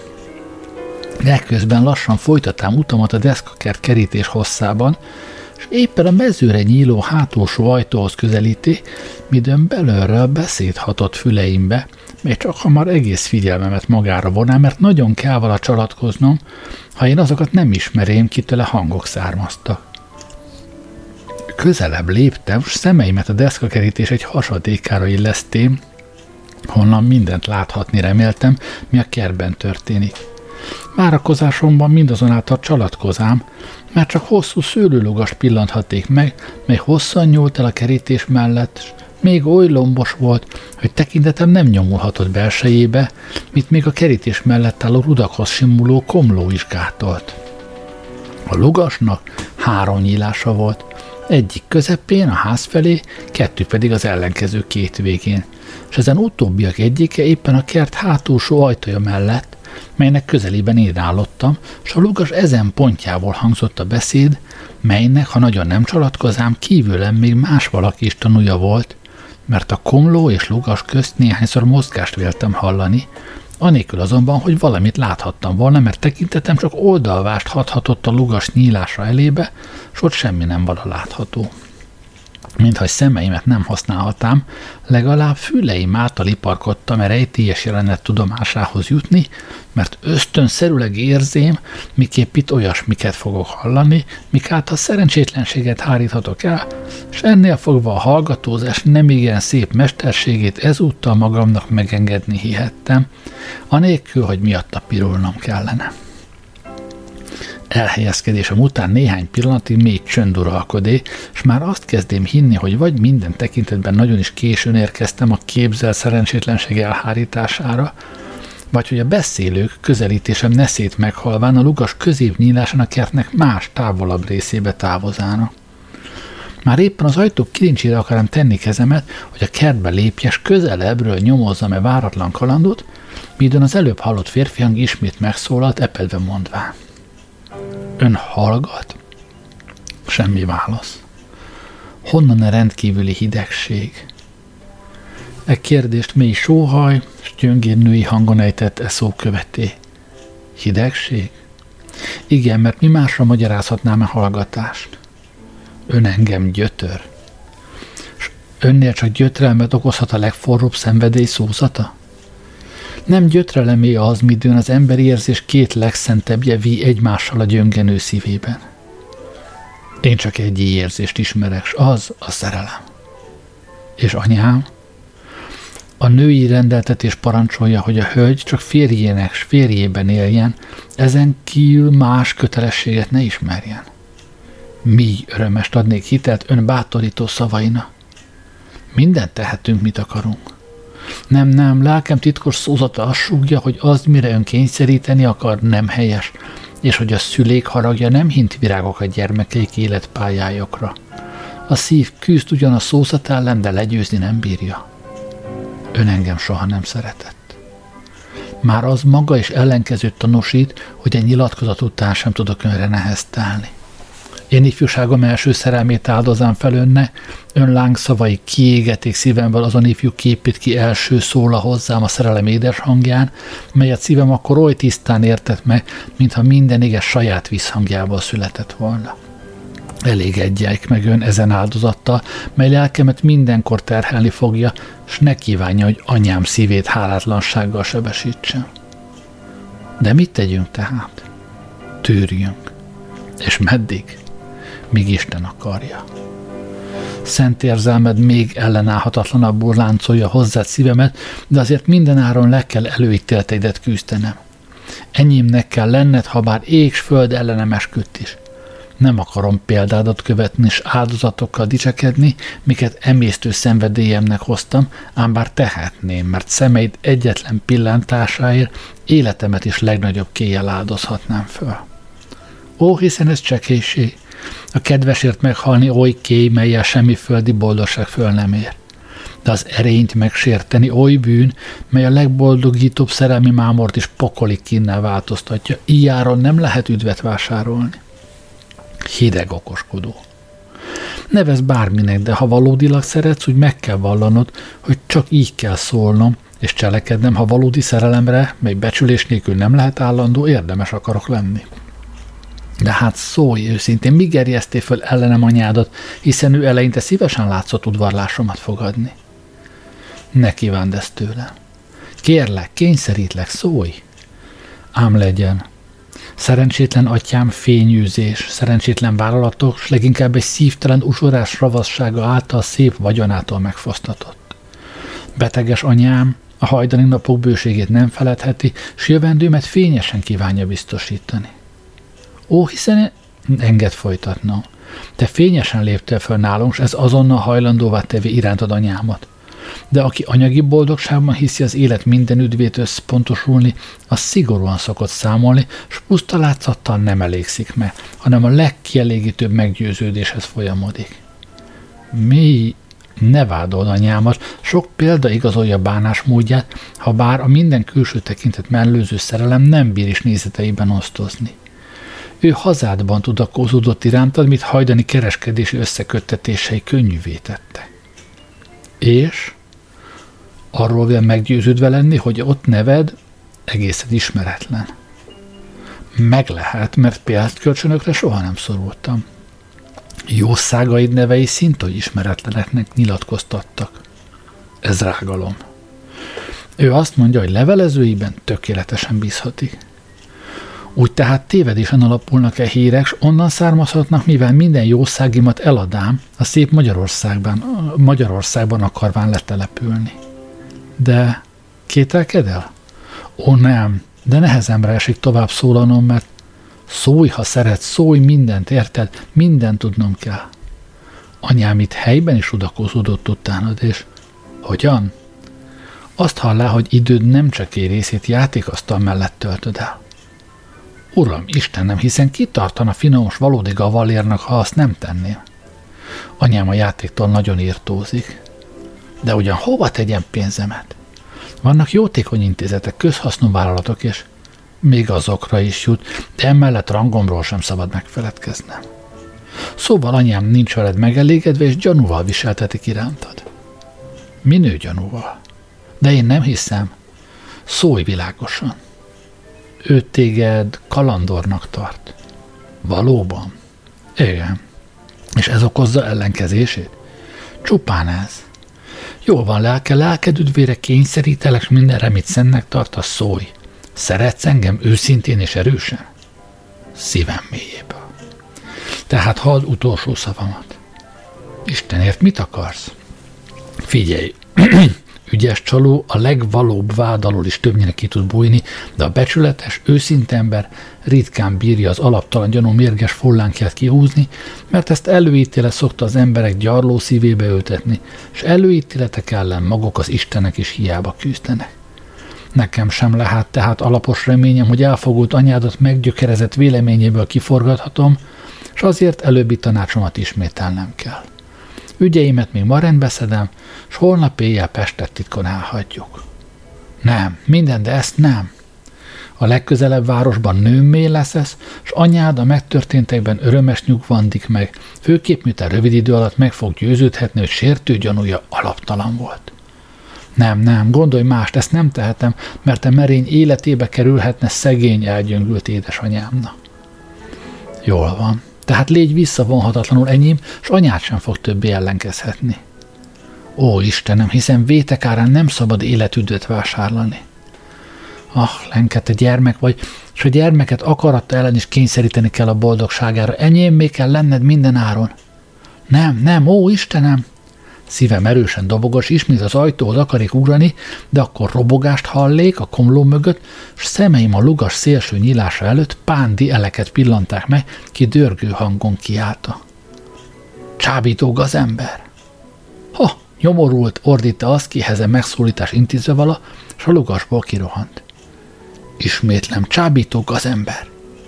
A: Ekközben lassan folytatám utamat a deszkakert kerítés hosszában, és éppen a mezőre nyíló hátulsó ajtóhoz közelíti, midőn belőről beszéd hatott füleimbe, mely csak hamar egész figyelmemet magára voná, mert nagyon kell vala csalatkoznom, ha én azokat nem ismerém, kitől a hangok származtak. Közelebb léptem, s szemeimet a deszkakerítés egy hasadékára illesztém, honnan mindent láthatni reméltem, mi a kertben történik. Várakozásomban mindazonáltal csalatkozám, mert csak hosszú szőlőlugas pillanthatték meg, mely hosszan nyúlt el a kerítés mellett, s még oly lombos volt, hogy tekintetem nem nyomulhatott belsejébe, mint még a kerítés mellett álló rudakhoz simuló komló is gátolt. A lugasnak három nyílása volt, egyik közepén a ház felé, kettő pedig az ellenkező két végén, és ezen utóbbiak egyike éppen a kert hátulsó ajtaja mellett, melynek közelében én állottam, s a lugas ezen pontjából hangzott a beszéd, melynek, ha nagyon nem csalatkozám, kívülem még más valaki is tanúja volt, mert a komló és lugas közt néhányszor mozgást véltem hallani, anélkül azonban, hogy valamit láthattam volna, mert tekintetem csak oldalvást hathatott a lugas nyílása elébe, s ott semmi nem vala látható. Mintha szemeimet nem használhatám, legalább füleim által iparkodtam e rejtélyes jelenet tudomásához jutni, mert ösztönszerűleg érzém, miképp itt olyasmiket fogok hallani, mik által szerencsétlenséget háríthatok el, és ennél fogva a hallgatózás nem igen szép mesterségét ezúttal magamnak megengedni hihettem, anélkül, hogy miatta pirulnom kellene. Elhelyezkedésem után néhány pillanatig még csönd uralkodé, és már azt kezdém hinni, hogy vagy minden tekintetben nagyon is későn érkeztem a képzelt szerencsétlenség elhárítására, vagy hogy a beszélők közelítésem neszét meghalván a lugas középnyílásán a kertnek más, távolabb részébe távozának. Már éppen az ajtó kilincsére akarom tenni kezemet, hogy a kertbe lépjes, közelebbről nyomozzam-e váratlan kalandot, midőn az előbb hallott férfihang ismét megszólalt, epedve mondván. Ön hallgat? Semmi válasz. Honnan a rendkívüli hidegség? E kérdést mély sóhaj, s gyöngér női hangon ejtett e szó követé. Hidegség? Igen, mert mi másra magyarázhatnám e hallgatást? Ön engem gyötör. S önnél csak gyötrelmet okozhat a legforróbb szenvedély szózata? Nem gyötrelemé az, midőn az emberi érzés két legszentebbje ví egymással a gyöngenő szívében. Én csak egy érzést ismerek, s az a szerelem. És anyám, a női rendeltetés parancsolja, hogy a hölgy csak férjének s férjében éljen, ezen kívül más kötelességet ne ismerjen. Mi örömest adnék hitelt ön bátorító szavaina. Mindent tehetünk, mit akarunk. Nem, nem, lelkem titkos szózata azt súgja, hogy az, mire ön kényszeríteni akar, nem helyes, és hogy a szülék haragja nem hint virágok a gyermekeik életpályájukra. A szív küzd ugyan a szózat ellen, de legyőzni nem bírja. Ön engem soha nem szeretett. Már az maga is ellenkezőt tanúsít, hogy egy nyilatkozat után sem tudok önre neheztelni. Én ifjúságom első szerelmét áldozám fel önne, ön lángszavai kiégeték szívemből azon ifjú képét ki első szóla hozzám a szerelem édes hangján, melyet szívem akkor oly tisztán értett meg, mintha minden éges saját visszhangjából született volna. Elégedjék meg ön ezen áldozattal, mely lelkemet mindenkor terhelni fogja, s ne kívánja, hogy anyám szívét hálátlansággal sebesítsen. De mit tegyünk tehát? Tűrjünk. És meddig? Míg Isten akarja. Szent érzelmed még ellenállhatatlanabbul láncolja hozzád szívemet, de azért mindenáron le kell előítélteidet küzdenem. Enyémnek kell lenned, ha bár ég s föld ellenem esküdt is. Nem akarom példádat követni és áldozatokkal dicsekedni, miket emésztő szenvedélyemnek hoztam, ám bár tehetném, mert szemeid egyetlen pillantásáért életemet is legnagyobb kéjjel áldozhatnám föl. Ó, hiszen ez csekélység, a kedvesért meghalni oly kéj, mellyel semmi földi boldogság föl nem ér. De az erényt megsérteni oly bűn, mely a legboldogítóbb szerelmi mámort is pokoli kínnel változtatja, íjáron nem lehet üdvet vásárolni. Hideg okoskodó. Nevezd bárminek, de ha valódilag szeretsz, úgy meg kell vallanod, hogy csak így kell szólnom, és cselekednem, ha valódi szerelemre, mely becsülés nélkül nem lehet állandó, érdemes akarok lenni. De hát szólj őszintén, mi gerjesztél föl ellenem anyádat, hiszen ő eleinte szívesen látszott udvarlásomat fogadni. Ne kívánd ezt tőlem. Kérlek, kényszerítlek, szólj. Ám legyen. Szerencsétlen atyám fényűzés, szerencsétlen vállalatok, s leginkább egy szívtelen usorás ravassága által szép vagyonától megfosztatott. Beteges anyám a hajdani napok bőségét nem feledheti, s jövendőmet fényesen kívánja biztosítani. Ó, hiszen engedd folytatnom. Te fényesen léptél föl nálunk, s ez azonnal hajlandóvá tevi irántad anyámat. De aki anyagi boldogságban hiszi az élet minden üdvét összpontosulni, az szigorúan szokott számolni, s puszta látszattal nem elégszik meg, hanem a legkielégítőbb meggyőződéshez folyamodik. Mi? Ne vádold anyámat, sok példa igazolja bánásmódját, ha bár a minden külső tekintet mellőző szerelem nem bír is nézeteiben osztozni. Ő hazádban tudakozódott irántad, mit hajdani kereskedési összeköttetései könnyűvé tette. És arról vél meggyőződve lenni, hogy ott neved egészen ismeretlen. Meg lehet, mert példkölcsönökre soha nem szorultam. Jószágaid nevei szintúgy ismeretleneknek nyilatkoztattak. Ez rágalom. Ő azt mondja, hogy levelezőiben tökéletesen bízhatik. Úgy tehát tévedésen alapulnak-e hírek, s onnan származhatnak, mivel minden jószágimat eladám, a szép Magyarországban, Magyarországban akarván letelepülni. De kételkedel? Ó, nem, de nehezemre esik tovább szólanom, mert szólj, ha szeretsz, szólj, mindent érted, mindent tudnom kell. Anyám itt helyben is udakozódott utánad, és hogyan? Azt hallá, hogy időd nem csekély részét játékasztal mellett töltöd el. Uram, Istenem, hiszen kitartana finomos valódi gavallérnak, ha azt nem tennél. Anyám a játéktól nagyon írtózik. De ugyan hova tegyem pénzemet? Vannak jótékony intézetek, közhasznú vállalatok, és még azokra is jut, de emellett rangomról sem szabad megfeledkeznem. Szóval anyám nincs veled megelégedve, és gyanúval viseltetik irántad. Minő gyanúval? De én nem hiszem. Szólj világosan. Ő téged kalandornak tart. Valóban? Igen. És ez okozza ellenkezését? Csupán ez. Jól van, lelke, lelked üdvére kényszerítelek, mindenre, mit szennek tartasz, szólj. Szeretsz engem őszintén és erősen? Szívem mélyéből. Tehát halld utolsó szavamat. Istenért mit akarsz? Figyelj, ügyes csaló a legvalóbb vád alól is többnyire ki tud bújni, de a becsületes, őszinte ember ritkán bírja az alaptalan gyanú mérges follánkját kihúzni, mert ezt előítélet szokta az emberek gyarló szívébe ültetni, és előítéletek ellen maguk az istenek is hiába küzdenek. Nekem sem lehet tehát alapos reményem, hogy elfogult anyádat meggyökerezett véleményéből kiforgathatom, és azért előbbi tanácsomat ismételnem kell. Ügyeimet még ma rendbe szedem, s holnap éjjel Pestet titkon elhagyjuk. Nem, minden, de ezt nem. A legközelebb városban nőmmé leszesz, s anyád a megtörténtekben örömes nyugvandik meg, főképp miután rövid idő alatt meg fog győződhetni, hogy sértő gyanúja alaptalan volt. Nem, nem, gondolj mást, ezt nem tehetem, mert a merény életébe kerülhetne szegény, elgyöngült édesanyámnak. Jól van, tehát légy visszavonhatatlanul enyém, s anyád sem fog többé ellenkezhetni. Ó, Istenem, hiszen vétek árán nem szabad életüdvöt vásárolni. Ah, Lenke, te gyermek vagy, és a gyermeket akaratta ellen is kényszeríteni kell a boldogságára. Enyémmé kell lenned minden áron. Nem, nem, ó, Istenem! Szívem erősen dobogos, ismét az ajtóhoz akarik ugrani, de akkor robogást hallék a komló mögött, s szemeim a lugas szélső nyílása előtt pándi eleket pillanták meg, ki dörgő hangon kiállta. Csábító gazember! Ha, nyomorult, ordítta az, ki ezen megszólítás intézve vala, s a lugasból kirohant. Ismétlem, csábító gazember!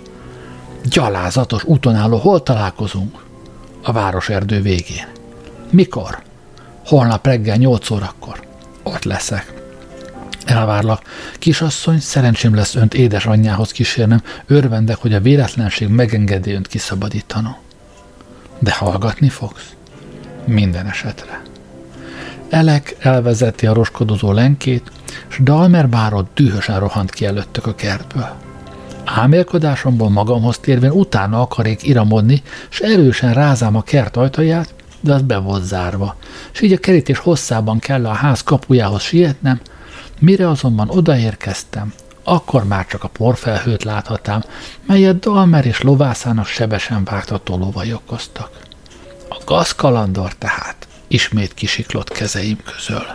A: Gyalázatos, úton álló, hol találkozunk? A városerdő végén. Mikor? Holnap reggel nyolc órakor. Ott leszek. Elvárlak. Kisasszony, szerencsém lesz önt édesanyjához kísérnem, örvendek, hogy a véletlenség megengedi önt kiszabadítanom. De hallgatni fogsz? Minden esetre. Elek elvezeti a roskodozó Lenkét, s Dalmer bárod dühösen rohant ki előttök a kertből. Álmélkodásomból magamhoz térvén utána akarék iramodni, s erősen rázám a kert ajtaját, de az be volt zárva, és így a kerítés hosszában kell a ház kapujához sietnem, mire azonban odaérkeztem, akkor már csak a porfelhőt láthatám, melyet Dalmer és lovászának sebesen vágtató lovai okoztak. A gazkalandor tehát ismét kisiklott kezeim közül.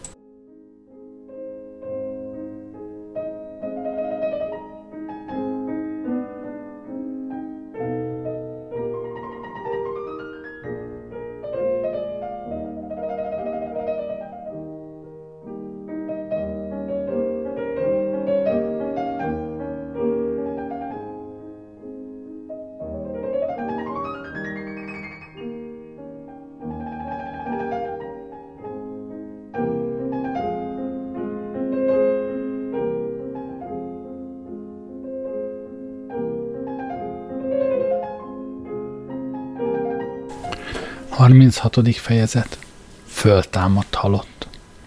A: harminchatodik fejezet. Föltámadt halott.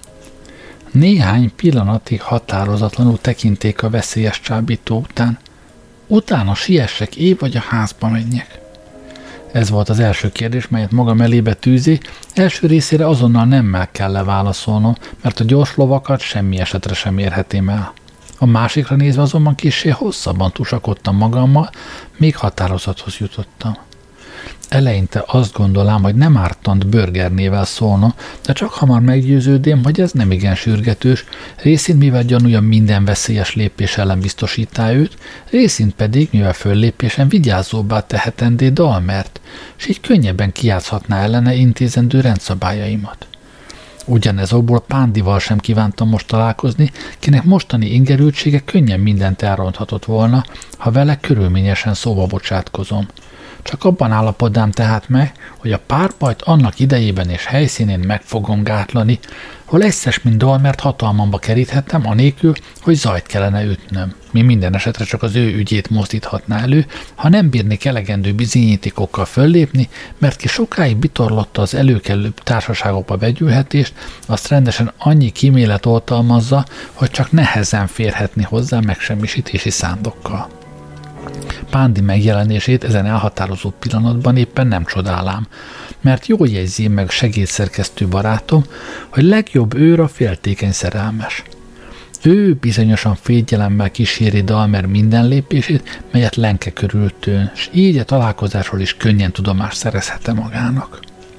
A: Néhány pillanatig határozatlanul tekinték a veszélyes csábító után. Utána siessek épp, vagy a házba menjek. Ez volt az első kérdés, melyet magam elébe tűzi. Első részére azonnal nemmel kell leválaszolnom, mert a gyors lovakat semmi esetre sem érhetém el. A másikra nézve azonban kissé hosszabban tusakodtam magammal, még határozathoz jutottam. Eleinte azt gondolám, hogy nem ártant bőrgernével szólnom, de csak hamar meggyőződém, hogy ez nem igen sürgetős, részint mivel gyanúja minden veszélyes lépés ellen biztosítá őt, részint pedig, mivel föllépésen vigyázóbbá tehetendé Dalmert, s így könnyebben kijátszhatná ellene intézendő rendszabályaimat. Ugyanez okból Pándival sem kívántam most találkozni, kinek mostani ingerültsége könnyen mindent elronthatott volna, ha vele körülményesen szóba bocsátkozom. Csak abban állapodnám tehát meg, hogy a párbajt annak idejében és helyszínén meg fogom gátlani, hol egyszes, mint Dalmert hatalmamba keríthettem, anélkül, hogy zajt kellene ütnöm. Mi minden esetre csak az ő ügyét mozdíthatná elő, ha nem bírnék elegendő bizonyítékokkal föllépni, mert ki sokáig bitorlotta az előkelőbb társaságokba begyűlhetést, azt rendesen annyi kímélet oltalmazza, hogy csak nehezen férhetni hozzá megsemmisítési szándokkal. Pándi megjelenését ezen elhatározó pillanatban éppen nem csodálám, mert jól jegyzi meg segédszerkesztő barátom, hogy legjobb őr a féltékeny szerelmes. Ő bizonyosan félgyelemmel kíséri Dalmer minden lépését, melyet Lenke körültőn, s így a találkozásról is könnyen tudomást szerezhette magának.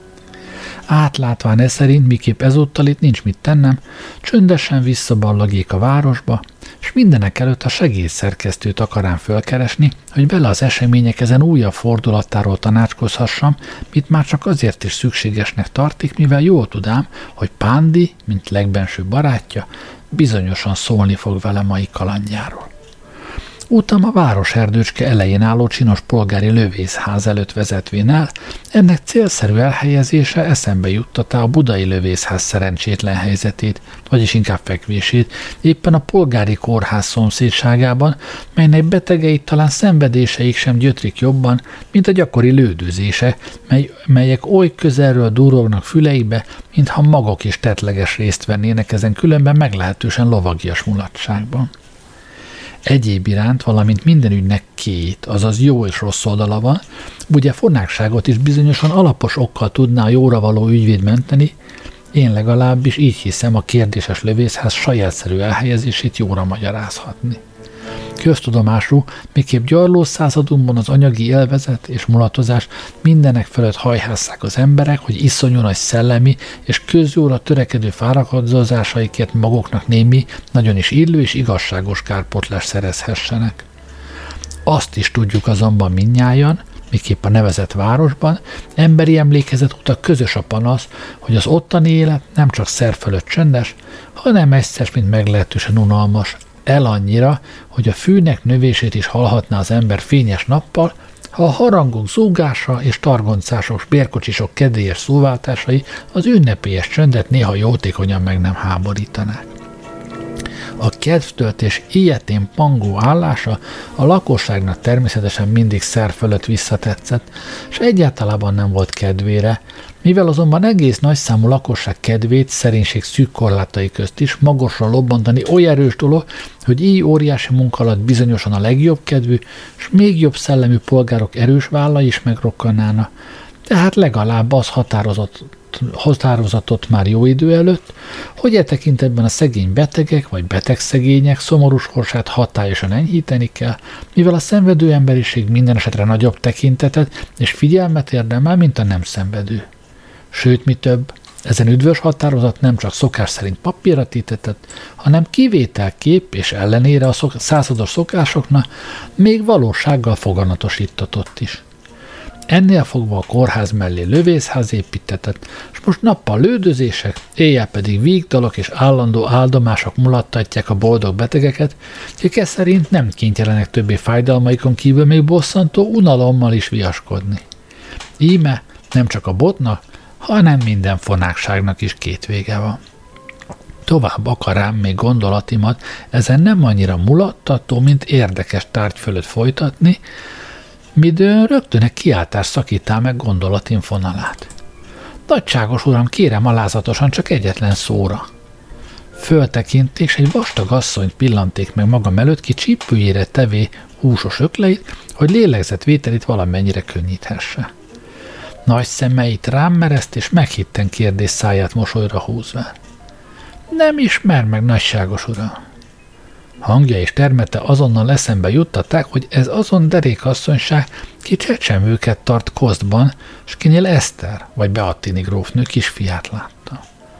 A: Átlátván e szerint, miképp ezúttal itt nincs mit tennem, csöndesen visszaballagék a városba, és mindenek előtt a segédszerkesztőt akarám fölkeresni, hogy bele az események ezen újabb fordulatáról tanácskozhassam, mit már csak azért is szükségesnek tartik, mivel jól tudám, hogy Pándi, mint legbenső barátja, bizonyosan szólni fog vele mai kalandjáról. Utam a városerdőcske elején álló csinos polgári lövészház előtt vezetvén el, ennek célszerű elhelyezése eszembe juttatá a budai lövészház szerencsétlen helyzetét, vagyis inkább fekvését, éppen a polgári kórház szomszédságában, melynek betegeit talán szenvedéseik sem gyötrik jobban, mint a gyakori lődőzése, mely, melyek oly közelről durognak füleikbe, mintha maguk is tettleges részt vennének ezen különben meglehetősen lovagias mulatságban. Egyéb iránt, valamint minden ügynek két, azaz jó és rossz oldala van, ugye fornákságot is bizonyosan alapos okkal tudná a jóra való ügyvéd menteni, én legalábbis így hiszem a kérdéses lövészház sajátszerű elhelyezését jóra magyarázhatni. Köztudomású, miképp gyarló századunkban az anyagi élvezet és mulatozás mindenek fölött hajhásszák az emberek, hogy iszonyú nagy szellemi és közjóra törekedő fáradozásaikért maguknak némi, nagyon is illő és igazságos kárpótlást szerezhessenek. Azt is tudjuk azonban mindnyájan, miképp a nevezett városban, emberi emlékezet utak közös a panasz, hogy az ottani élet nem csak szer fölött csöndes, hanem egyszer, mint meglehetősen unalmas, el annyira, hogy a fűnek növését is hallhatná az ember fényes nappal, ha a harangok zúgása és targoncások, bérkocsisok kedélyes szóváltásai az ünnepélyes csöndet néha jótékonyan meg nem háborítanák. A kedvtöltés ilyetén pangó állása a lakosságnak természetesen mindig szer fölött visszatetszett, és egyáltalában nem volt kedvére, mivel azonban egész nagyszámú lakosság kedvét szerénység szűk korlátai közt is magasra lobbantani oly erős dolog, hogy így óriási munka alatt bizonyosan a legjobb kedvű, és még jobb szellemű polgárok erős vállai is megrokkanána, tehát legalább az határozott határozatot már jó idő előtt, hogy e tekintetben a szegény betegek vagy betegszegények szomorú sorsát hatályosan enyhíteni kell, mivel a szenvedő emberiség minden esetre nagyobb tekintetet és figyelmet érdemel, mint a nem szenvedő. Sőt, mi több, ezen üdvös határozat nem csak szokás szerint papírra tétetett, hanem kivételkép és ellenére a szok- százados szokásoknak még valósággal foganatosítatott is. Ennél fogva a kórház mellé lövészház építetett, és most nappal lődözések, éjjel pedig vígdalok és állandó áldomások mulattatják a boldog betegeket, akik ez szerint nem kénytelenek többé fájdalmaikon kívül még bosszantó unalommal is viaskodni. Íme nem csak a botnak, hanem minden fonákságnak is két vége van. Tovább akarám még gondolatimat ezen nem annyira mulattató, mint érdekes tárgy fölött folytatni, midőn rögtön egy kiáltás szakítál meg gondolatim fonalát. Nagyságos uram, kérem alázatosan csak egyetlen szóra. Föltekint, és egy vastag asszonyt pillanték meg magam előtt, ki csípőjére tevé húsos ökleit, hogy lélegzetvételét valamennyire könnyíthesse. Nagy szemeit rám mereszt, és meghitten kérdés száját mosolyra húzva. Nem ismer meg, nagyságos uram. Hangja és termete azonnal eszembe juttatták, hogy ez azon derékasszonyság, ki csecsemőket tart Kosztban, s kinél Eszter vagy Beattini grófnő kisfiát látta.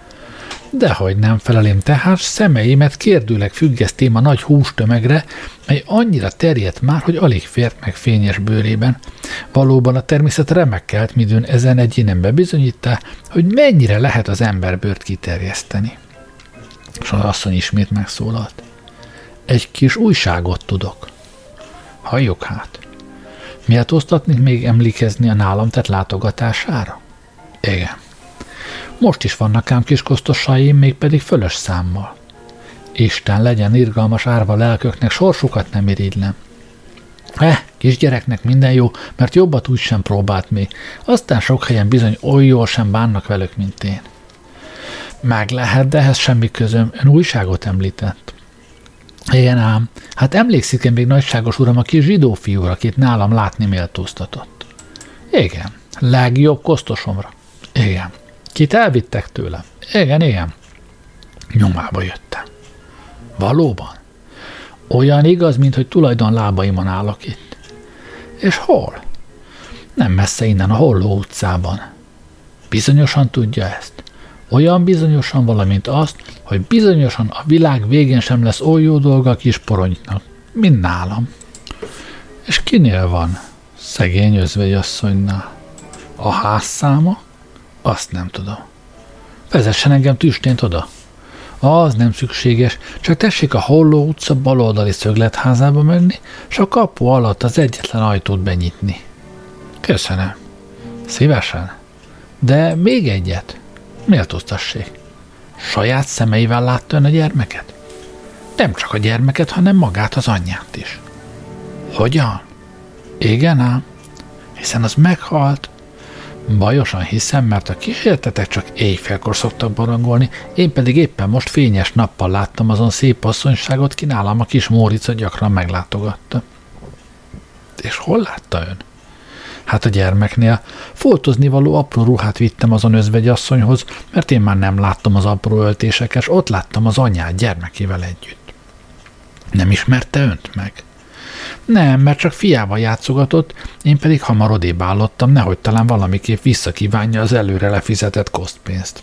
A: Dehogy nem felelém tehát, szemeimet kérdőleg függesztém a nagy hústömegre, mely annyira terjedt már, hogy alig fért meg fényes bőrében. Valóban a természet remekkelt, midőn ezen egyénen bebizonyítá, hogy mennyire lehet az emberbőrt kiterjeszteni. És az asszony ismét megszólalt. Egy kis újságot tudok. Halljuk hát. Méltóztatnék még emlékezni a nálam tett látogatására? Igen. Most is vannak ám kiskosztosaim, mégpedig fölös számmal. Isten legyen irgalmas árva lelköknek, sorsukat nem irigylem. Eh, kisgyereknek minden jó, mert jobbat úgy sem próbált még. Aztán sok helyen bizony oly jól sem bánnak velük, mint én. Meg lehet, de ehhez semmi közöm. Ön újságot említett. Igen ám, hát emlékszik-e még nagyságos uram a kis zsidó fiúra, akit nálam látni méltóztatott? Igen, legjobb kosztosomra. Igen. Kit elvittek tőle? Igen, igen. Nyomába jöttem. Valóban? Olyan igaz, mint hogy tulajdon lábaimon állok itt. És hol? Nem messze innen, a Holló utcában. Bizonyosan tudja ezt. Olyan bizonyosan, valamint azt, hogy bizonyosan a világ végén sem lesz oly jó dolga a kis poronynak, mint nálam. És kinél van? Szegény özvegyasszonynál. A házszáma? Azt nem tudom. Vezessen engem tüstént oda. Az nem szükséges, csak tessék a Holló utca baloldali szögletházába menni, és a kapu alatt az egyetlen ajtót benyitni. Köszönöm. Szívesen. De még egyet. Méltóztassék. Saját szemeivel látta ön a gyermeket? Nem csak a gyermeket, hanem magát, az anyját is. Hogyan? Igen ám. Hiszen az meghalt. Bajosan hiszem, mert a kísértetek csak éjfélkor szoktak barangolni, én pedig éppen most fényes nappal láttam azon szép asszonyságot, ki nálam a kis Mórica gyakran meglátogatta. És hol látta ön? Hát a gyermeknél. Foltozni való apró ruhát vittem azon özvegyasszonyhoz, mert én már nem láttam az apró öltéseket, és ott láttam az anyát gyermekével együtt. Nem ismerte önt meg? Nem, mert csak fiával játszogatott, én pedig hamar odébb állottam, nehogy talán valamiképp visszakívánja az előre lefizetett kosztpénzt.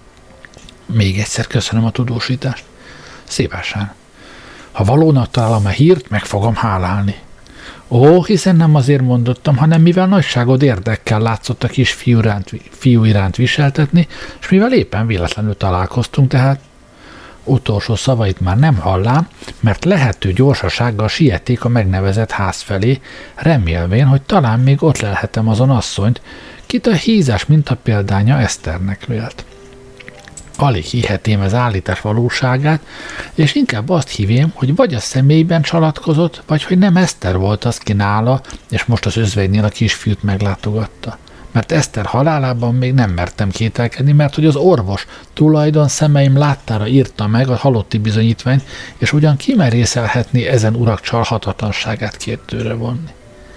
A: Még egyszer köszönöm a tudósítást. Szívesen. Ha valónak találom a hírt, meg fogom hálálni. Ó, hiszen nem azért mondottam, hanem mivel nagyságod érdekkel látszott a kis fiú iránt, fiú iránt viseltetni, és mivel éppen véletlenül találkoztunk, tehát utolsó szavait már nem hallám, mert lehető gyorsasággal siették a megnevezett ház felé, remélvén, hogy talán még ott lelhetem azon asszonyt, kit a hízás mintapéldánya Eszternek vélt. Alig hihetém az állítás valóságát, és inkább azt hívém, hogy vagy a személyben csalatkozott, vagy hogy nem Eszter volt az, ki nála, és most az özvegynél a kisfiút meglátogatta. Mert Eszter halálában még nem mertem kételkedni, mert hogy az orvos tulajdon szemeim láttára írta meg a halotti bizonyítványt, és ugyan kimerészelhetné ezen urak csalhatatlanságát kérdőre vonni.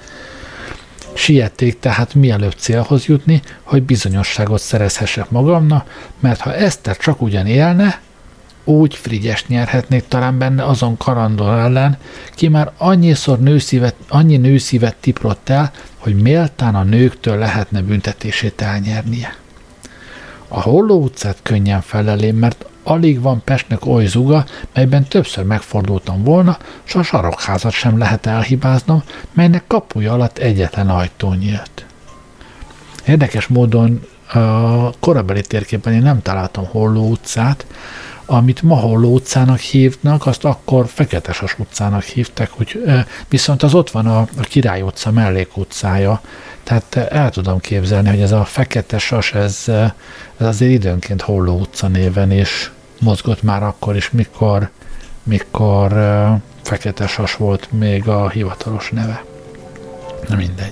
A: Siették tehát mielőbb célhoz jutni, hogy bizonyosságot szerezhessek magamnak, mert ha Eszter csak ugyan élne, úgy frigyest nyerhetnék talán benne azon karandor ellen, ki már annyiszor nőszívet, annyi nőszívet tiprott el, hogy méltán a nőktől lehetne büntetését elnyernie. A Holló utcát könnyen felelém, mert alig van Pestnek oly zuga, melyben többször megfordultam volna, s a sarokházat sem lehet elhibáznom, melynek kapuja alatt egyetlen ajtó nyílt. Érdekes módon a korabeli térképen én nem találtam Holló utcát, amit ma Holló utcának hívnak, azt akkor Feketesas utcának hívták, úgy, viszont az ott van a, a Király utca mellékutcája, tehát el tudom képzelni, hogy ez a Feketesas, ez, ez azért időnként Holló utca néven is mozgott már akkor is, mikor, mikor Feketesas volt még a hivatalos neve. Na mindegy.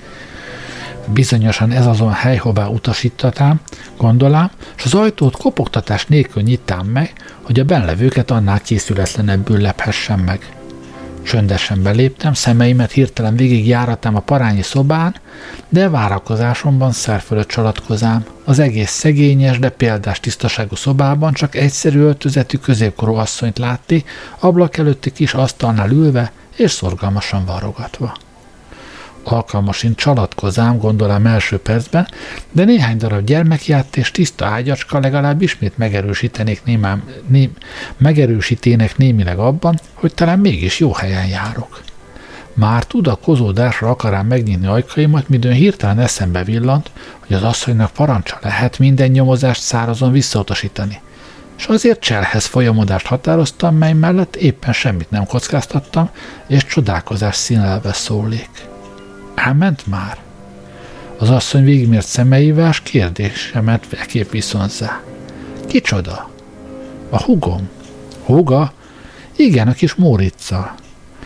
A: Bizonyosan ez azon hely, hová utasítatám, gondolám, és az ajtót kopogtatás nélkül nyitám meg, hogy a benlevőket annál készületlenebbül lephessem meg. Csöndesen beléptem, szemeimet hirtelen végig járatám a parányi szobán, de várakozásomban szer fölött csalatkozám. Az egész szegényes, de példás tisztaságú szobában csak egyszerű öltözetű középkorú asszonyt látni, ablak előtti kis asztalnál ülve és szorgalmasan varrogatva. Alkalmasint csalatkozám, gondolám első percben, de néhány darab gyermekját és tiszta ágyacska legalább ismét megerősítenék némám, né, megerősítének némileg abban, hogy talán mégis jó helyen járok. Már tudakozódásra akarám megnyitni ajkaimat, midőn hirtelen eszembe villant, hogy az asszonynak parancsa lehet minden nyomozást szárazon visszautasítani. És azért cselhez folyamodást határoztam, mely mellett éppen semmit nem kockáztattam, és csodálkozás színelve szólék. Elment már? Az asszony végigmért szemeivel, s kérdésemet ekképp viszonzzá. Kicsoda? A hugom. Huga? Igen, a kis Mórica.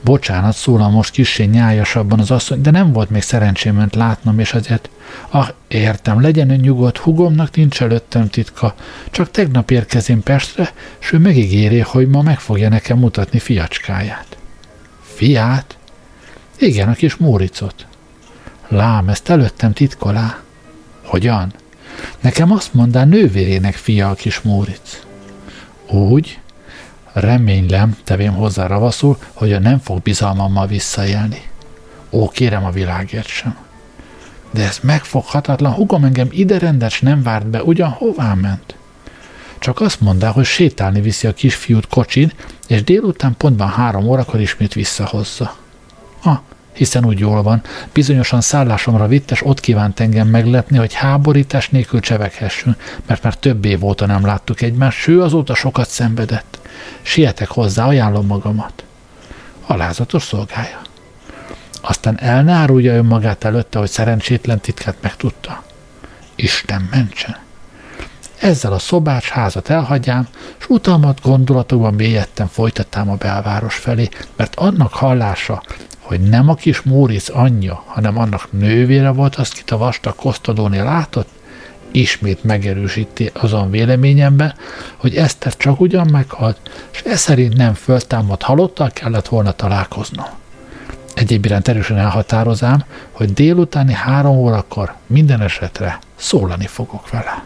A: Bocsánat, szólal most kissé nyájasabban az asszony, de nem volt még szerencsém önt látnom, és azért, ah, értem, legyen ön nyugodt, hugomnak nincs előttem titka, csak tegnap érkezem Pestre, s ő megígéri, hogy ma meg fogja nekem mutatni fiacskáját. Fiát? Igen, a kis Móricot. Lám, ezt előttem titkolá. Hogyan? Nekem azt mondá, nővérének fia a kis Móric. Úgy? Reménylem, tevém hozzá ravaszul, hogy ő nem fog bizalmammal visszaélni. Ó, kérem a világért sem. De ez megfoghatatlan, hugom engem ide rendes nem várt be, ugyan hová ment? Csak azt mondta, hogy sétálni viszi a kisfiút kocsin, és délután pontban három órakor ismét visszahozza. Ah, hiszen úgy jól van, bizonyosan szállásomra vitt, és ott kívánt engem meglepni, hogy háborítás nélkül cseveghessünk, mert már több év óta nem láttuk egymást, s ő azóta sokat szenvedett. Sietek hozzá, ajánlom magamat. Alázatos szolgája. Aztán el ne árulja önmagát előtte, hogy szerencsétlen titkát megtudta. Isten mentsen! Ezzel a szobás házat elhagyám, s utalmat gondolatokban mélyedten folytattám a belváros felé, mert annak hallása, hogy nem a kis Móric anyja, hanem annak nővére volt az, kit a vastag Kosztodónél látott, ismét megerősíti azon véleményemben, hogy Eszter csak ugyan meghalt, és e szerint nem föltámadt halottal kellett volna találkoznom. Egyéb iránt erősen elhatározám, hogy délutáni három órakor minden esetre szólani fogok vele.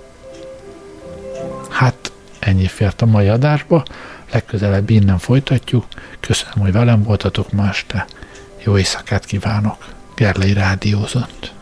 A: Hát, ennyi fért a mai adásba, legközelebb innen folytatjuk. Köszönöm, hogy velem voltatok ma este. Jó éjszakát kívánok. Gerlei rádiózott.